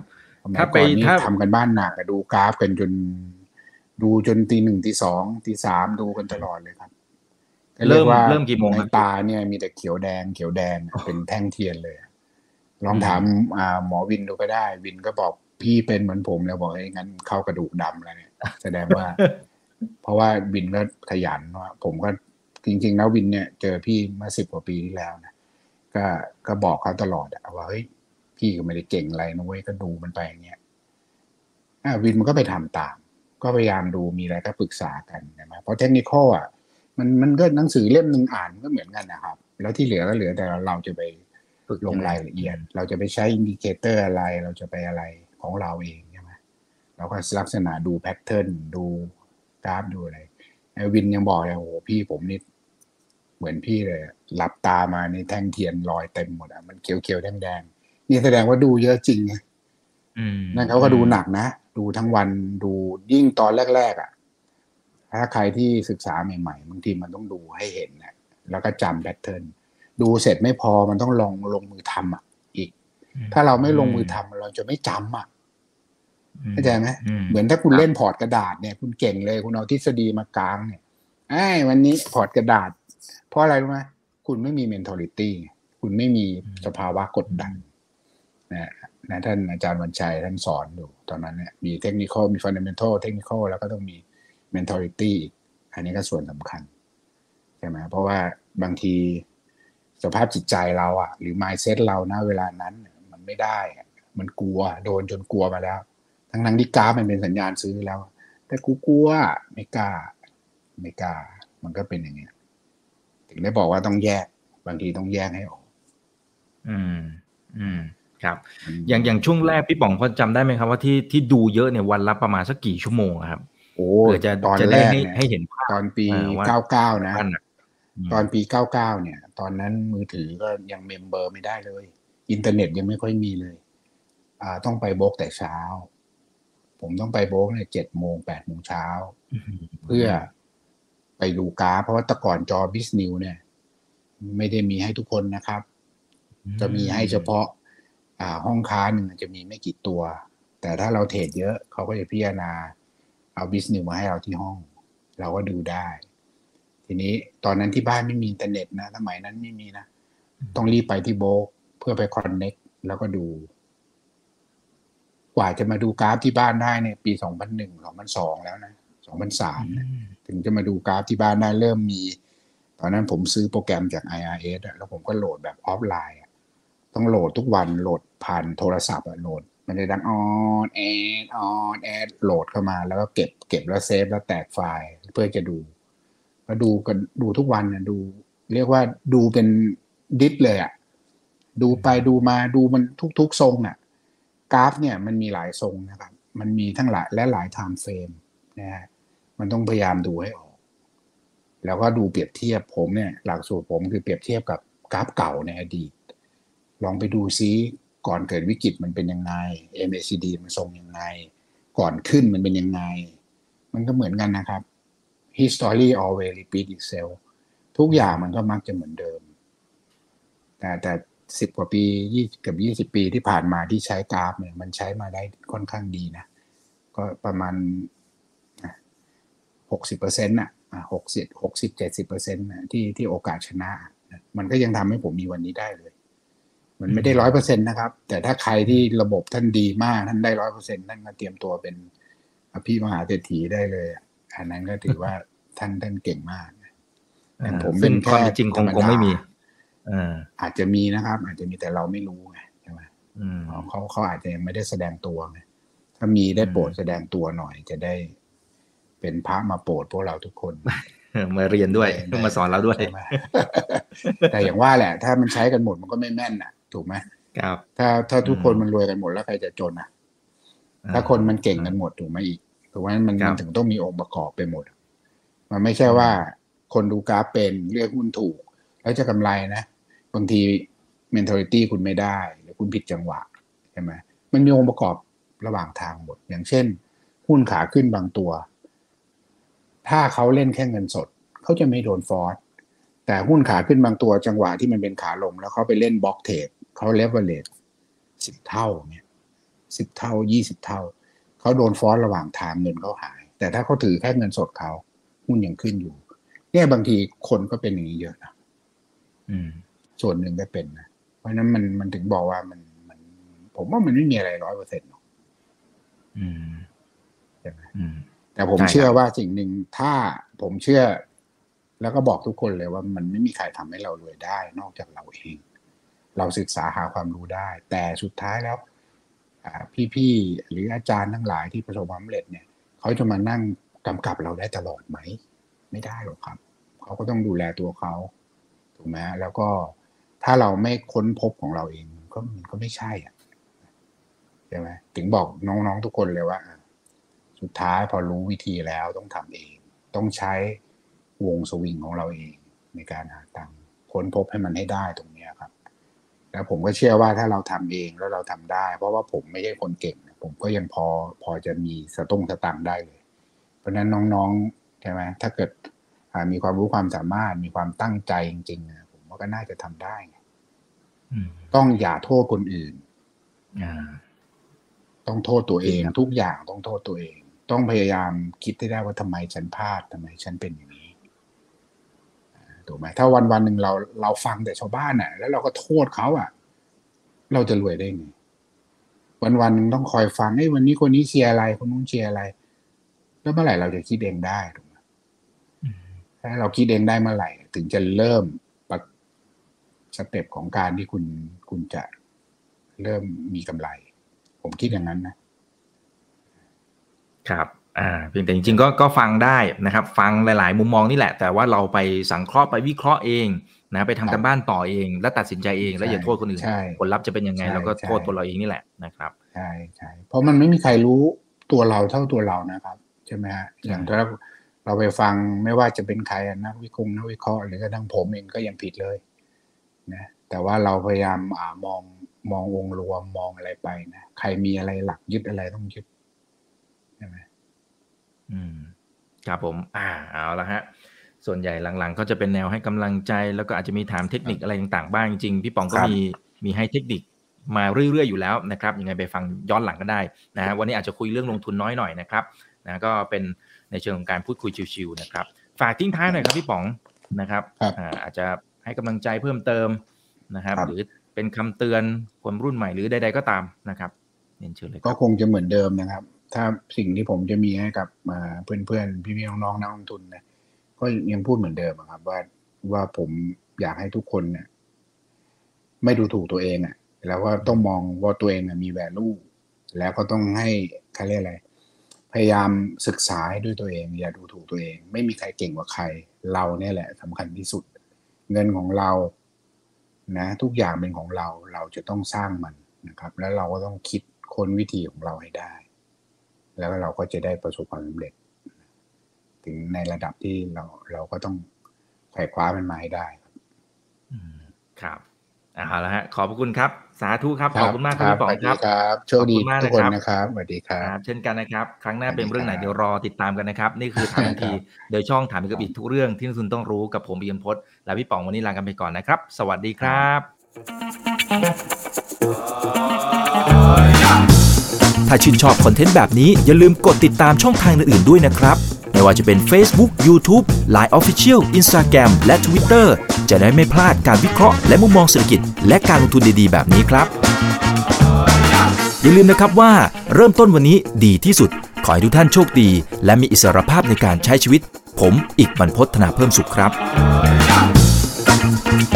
สมัยก่อนนี่ทำกันบ้านหนักดูกราฟกันจนดูจนตีหนึ่งตีสองตีสามดูกันตลอดเลยครับเริ่มเริ่มกี่โมงในตาเนี่ยมีแต่เขียวแดงเขียวแดงเป็นแท่งเทียนเลยลองถามหมอวินดูก็ได้วินก็บอกพี่เป็นเหมือนผมแล้วบอกไอ้งั้นเข้ากระดูกดำแล้วเนี่ยแสดงว่าเพราะว่าวินก็ขยันว่าผมก็จริงๆแล้ววินเนี่ยเจอพี่มาสิบกว่าปีที่แล้วนะก็ก็บอกเขาตลอดว่าเฮ้ยพี่ก็ไม่ได้เก่งอะไรนะเว้ยก็ดูมันไปอย่างเงี้ยวินมันก็ไปทำตามก็พยายามดูมีอะไรก็ปรึกษากันนะเพราะเทคนิคอ่ะมันมันก็หนังสือเล่มนึงอ่านก็เหมือนกันนะครับแล้วที่เหลือก็เหลือแต่เราจะไปลงรายละเอียดเราจะไปใช้อินดิเคเตอร์อะไรเราจะไปอะไรของเราเองใช่ไหมเราก็ลักษณะดูแพทเทิร์นดูกราฟดูอะไรไอ้วินยังบอกเลยโอ้โหพี่ผมนี่เหมือนพี่เลยหลับตามาในแท่งเทียนลอยเต็มหมดอ่ะมันเขียวๆแดงๆนี่แสดงว่าดูเยอะจริงไงนั่นเขาก็ดูหนักนะดูทั้งวันดูยิ่งตอนแรกๆอ่ะถ้าใครที่ศึกษาใหม่ๆบางทีมันต้องดูให้เห็นนะแล้วก็จำแพทเทิร์นดูเสร็จไม่พอมันต้องลองลงมือทำอ่ะอีกถ้าเราไม่ลงมือทำเราจะไม่จำอ่ะเข้าใจไหมเหมือนถ้าคุณเล่นพอร์ตกระดาษเนี่ยคุณเก่งเลยคุณเอาทฤษฎีมากางเนี่ยไอ้วันนี้พอร์ตกระดาษเพราะอะไรรู้ไหมคุณไม่มี mentality คุณไม่มีสภาวะกดดันนะนะท่านอาจารย์วันชัยท่านสอนอยู่ตอนนั้นเนี่ยมีเทคนิคมี fundamental เทคนิคแล้วก็ต้องมี mentality อีกอันนี้ก็ส่วนสำคัญใช่ไหมเพราะว่าบางทีสภาพจิตใจเราอ่ะหรือ mindset เรานะเวลานั้นมันไม่ได้มันกลัวโดนจนกลัวมาแล้วทั้งนั้นที่กราฟมันเป็นสัญญาณซื้อแล้วแต่กูกลัวไม่กล้าไม่กล้ามันก็เป็นอย่างเงี้ยถึงได้บอกว่าต้องแยกบางทีต้องแยกให้ออกอืมอืมครับอย่างอย่างช่วงแรกพี่ป๋องพอจำได้ไหมครับว่าที่ที่ดูเยอะเนี่ยวันละประมาณสักกี่ชั่วโมงครับโอ้จะตอนแรกเนี่ยให้เห็นภาพตอนปีเก้าเก้านะตอนปีเก้าเก้าเนี่ยตอนนั้นมือถือก็ยังเมมเบอร์ไม่ได้เลยอินเทอร์เน็ตยังไม่ค่อยมีเลยอ่าต้องไปโบกแต่เช้าผมต้องไปโบกเนี่ยเจ็ดโมงแปดโมงเช้าเพื่อไปดูกราฟเพราะว่าแต่ก่อนจอบิสนิวเนี่ยไม่ได้มีให้ทุกคนนะครับจะมีให้เฉพาะอ่าห้องค้าหนึ่งจะมีไม่กี่ตัวแต่ถ้าเราเทรดเยอะเขาก็จะพิจารณาเอาบิสนิวมาให้เราที่ห้องเราก็ดูได้ทีนี้ตอนนั้นที่บ้านไม่มีอินเทอร์เน็ตนะสมัยนั้นไม่มีนะต้องรีบไปที่โบกเพื่อไปคอนเน็กแล้วก็ดูกว่าจะมาดูกราฟที่บ้านได้เนี่ยปีสองพันหนึ่ง สองพันสองแล้วนะสองพันสามนะถึงจะมาดูกราฟที่บ้านได้เริ่มมีตอนนั้นผมซื้อโปรแกรมจาก ไอ อาร์ เอส อ่ะแล้วผมก็โหลดแบบออฟไลน์อ่ะต้องโหลดทุกวันโหลดผ่านโทรศัพท์อ่ะโหลดมันจะดังออนแอดออนแอดโหลดเข้ามาแล้วก็เก็บเก็บแล้วเซฟแล้วแตกไฟล์เพื่อจะดูก็ดูกันดูทุกวันนะดูเรียกว่าดูเป็นดิสเลยอ่ะดูไปดูมาดูมันทุกๆทรงอ่ะกราฟเนี่ยมันมีหลายทรงนะครับมันมีทั้งหลายและหลายไทม์เฟรมนะฮะมันต้องพยายามดูให้ออกแล้วก็ดูเปรียบเทียบผมเนี่ยหลักสูตรผมคือเปรียบเทียบกับกราฟเก่าในอดีตลองไปดูซิก่อนเกิดวิกฤตมันเป็นยังไง เอ็ม เอ ซี ดี มันทรงยังไงก่อนขึ้นมันเป็นยังไงมันก็เหมือนกันนะครับ history always repeat itself ทุกอย่างมันก็มักจะเหมือนเดิมแต่แต่สิบกว่าปียี่สิบกับยี่สิบปีที่ผ่านมาที่ใช้กราฟเนี่ยมันใช้มาได้ค่อนข้างดีนะก็ประมาณ หกสิบเปอร์เซ็นต์ น่ะหกสิบ หกสิบ เจ็ดสิบเปอร์เซ็นต์ น่ะที่ที่โอกาสชนะมันก็ยังทำให้ผมมีวันนี้ได้เลยมันไม่ได้ หนึ่งร้อยเปอร์เซ็นต์ นะครับแต่ถ้าใครที่ระบบท่านดีมากท่านได้ หนึ่งร้อยเปอร์เซ็นต์ ท่านก็เตรียมตัวเป็นอภิมหาเศรษฐีได้เลยอันนั้นก็ถือว่าท่านท่านเก่งมากอย่างผมเป็นแค่จริงคงคงไม่มีอาจจะมีนะครับอาจจะมีแต่เราไม่รู้ไงใช่ไหมเขาเขาอาจจะยังไม่ได้แสดงตัวไงถ้ามีได้โปรดแสดงตัวหน่อยจะได้เป็นพระมาโปรดพวกเราทุกคนมาเรียนด้วยมาสอนเราด้วยแต่อย่างว่าแหละถ้ามันใช้กันหมดมันก็ไม่แม่นน่ะถูกไหมครับถ้าถ้าทุกคนมันรวยกันหมดแล้วใครจะจนอ่ะถ้าคนมันเก่งกันหมดถูกไหมอีกถูกไหมมันมันถึงต้องมีองค์ประกอบไปหมดมันไม่ใช่ว่าคนดูกราฟเป็นเลือกหุ้นถูกแล้วจะกำไรนะบางที mentality คุณไม่ได้หรือคุณผิดจังหวะใช่ไหมมันมีองค์ประกอบระหว่างทางหมดอย่างเช่นหุ้นขาขึ้นบางตัวถ้าเขาเล่นแค่เงินสดเขาจะไม่โดนฟอร์สแต่หุ้นขาขึ้นบางตัวจังหวะที่มันเป็นขาลงแล้วเขาไปเล่นบล็อกเทรดเขาเลเวอเรจสิบเท่าเนี่ยสิบเท่ายี่สิบเท่าเขาโดนฟอสระหว่างทางเงินเขาหายแต่ถ้าเขาถือแค่เงินสดเขาหุ้นยังขึ้นอยู่เนี่ยบางทีคนก็เป็นอย่างนี้เยอะนะอืมส่วนหนึ่งก็เป็นนะเพราะนั้นมันมันถึงบอกว่ามันมันผมว่ามันไม่มีอะไรร้อยเปอร์เซ็นต์หรอกอืมใช่ไหมแต่ผมเชื่อว่าสิ่งหนึ่งถ้าผมเชื่อแล้วก็บอกทุกคนเลยว่ามันไม่มีใครทำให้เรารวยได้นอกจากเราเองเราศึกษาหาความรู้ได้แต่สุดท้ายแล้วพี่ๆหรืออาจารย์ทั้งหลายที่ประสบความสำเร็จเนี่ยเขาจะมานั่งกำกับเราได้ตลอดไหมไม่ได้หรอกครับเขาก็ต้องดูแลตัวเขาถูกไหมแล้วก็ถ้าเราไม่ค้นพบของเราเองก็มันก็ไม่ใช่อ่ะใช่ไหมถึงบอกน้องๆทุกคนเลยว่าสุดท้ายพอรู้วิธีแล้วต้องทำเองต้องใช้วงสวิงของเราเองในการหาตังค์ค้นพบให้มันให้ได้ตรงนี้ครับแล้วผมก็เชื่อว่าถ้าเราทำเองแล้วเราทำได้เพราะว่าผมไม่ใช่คนเก่งผมก็ยังพอพอจะมีสตุ้งสตังค์ได้เลยเพราะนั้นน้องๆใช่ไหมถ้าเกิดมีความรู้ความสามารถมีความตั้งใจจริงๆผมว่าก็น่าจะทำได้ต้องอย่าโทษคนอื่นต้องโทษตัวเองทุกอย่างต้องโทษตัวเองต้องพยายามคิดให้ได้ว่าทำไมฉันพลาดทำไมฉันเป็นอย่างนี้ถูกไหมถ้าวันวันหนึ่งเราเราฟังแต่ชาวบ้านอ่ะแล้วเราก็โทษเขาอ่ะเราจะรวยได้ไงวันวันหนึ่งต้องคอยฟังไอ้วันนี้คนนี้เชียร์อะไรคนนู้นเชียร์อะไรแล้วเมื่อไหร่เราจะคิดเองได้ถูกไหมถ้าเราคิดเองได้เมื่อไหร่ถึงจะเริ่มสเต็ปของการที่คุณคุณจะเริ่มมีกำไรผมคิดอย่างนั้นนะครับอ่าเพียงแต่จริงๆก็ก็ฟังได้นะครับฟังหลายๆมุมมองนี่แหละแต่ว่าเราไปสังเคราะห์ไปวิเคราะห์เองนะไปทำกันบ้านต่อเองแล้วตัดสินใจเองแล้วอย่าโทษคนอื่นผลลัพธ์จะเป็นยังไงเราก็โทษตัวเราเองนี่แหละนะครับใช่ใช่เพราะมันไม่มีใครรู้ตัวเราเท่าตัวเรานะครับใช่ไหมฮะอย่างถ้าเราไปฟังไม่ว่าจะเป็นใครนักวิเคราะห์นักวิเคราะห์หรือกระทั่งผมเองก็ยังผิดเลยนะแต่ว่าเราพยายามอ่ามองมององค์รวมมองอะไรไปนะใครมีอะไรหลักยึดอะไรต้องยึดใช่ไหมอืมครับผมอ่าเอาละฮะส่วนใหญ่หลังๆก็จะเป็นแนวให้กำลังใจแล้วก็อาจจะมีถามเทคนิคอะไรต่างๆบ้างจริงๆพี่ป๋องก็มีมีให้เทคนิคมาเรื่อยๆอยู่แล้วนะครับยังไงไปฟังย้อนหลังก็ได้นะวันนี้อาจจะคุยเรื่องลงทุนน้อยหน่อยนะครับนะก็เป็นในเชิงของการพูดคุยชิวๆนะครับฝากทิ้งท้ายหน่อยครับพี่ป๋องนะครับอ่าอาจจะให้กำลังใจเพิ่มเติมนะครับหรือเป็นคำเตือนคนรุ่นใหม่หรือใดๆก็ตามนะครับเรียนเชิญเลยก็คงจะเหมือนเดิมนะครับถ้าสิ่งที่ผมจะมีให้กับเพื่อนๆพี่ๆน้องๆนักลงทุนนะก็ยังพูดเหมือนเดิมครับว่าว่าผมอยากให้ทุกคนเนี่ยไม่ดูถูกตัวเองอ่ะแล้วก็ต้องมองว่าตัวเองมี value แล้วก็ต้องให้เขาเรียกอะไรพยายามศึกษาด้วยตัวเองอย่าดูถูกตัวเองไม่มีใครเก่งกว่าใครเราเนี่ยแหละสำคัญที่สุดเงินของเรานะทุกอย่างเป็นของเราเราจะต้องสร้างมันนะครับแล้วเราก็ต้องคิดค้นวิธีของเราให้ได้แล้วเราก็จะได้ประสบความสำเร็จถึงในระดับที่เราเราก็ต้องไขว่คว้ามันมาให้ได้ครับเอาละฮะขอบคุณครับสาธุครับขอบคุณมากครับพี่ป๋องครับโชคดีทุกคนนะครับสวัสดีครับเช่นกันนะครับครั้งหน้าเป็นเรื่องไหนเดี๋ยวรอติดตามกันนะครับนี่คือถามทันทีโดยช่องถามกับอีกทุกเรื่องที่นักลงทุนต้องรู้กับผมบีเอ็มพจน์และพี่ป๋องวันนี้ลากันไปก่อนนะครับสวัสดีครับถ้าชื่นชอบคอนเทนต์แบบนี้อย่าลืมกดติดตามช่องทางอื่นๆด้วยนะครับไม่ว่าจะเป็น Facebook, YouTube, ไลน์ Official, Instagram และ Twitter จะได้ไม่พลาดการวิเคราะห์และมุมมองเศรษฐกิจและการลงทุนดีๆแบบนี้ครับอย่าลืมนะครับว่าเริ่มต้นวันนี้ดีที่สุดขอให้ทุกท่านโชคดีและมีอิสรภาพในการใช้ชีวิตผมอีกบรรพต ธนาเพิ่มสุขครับ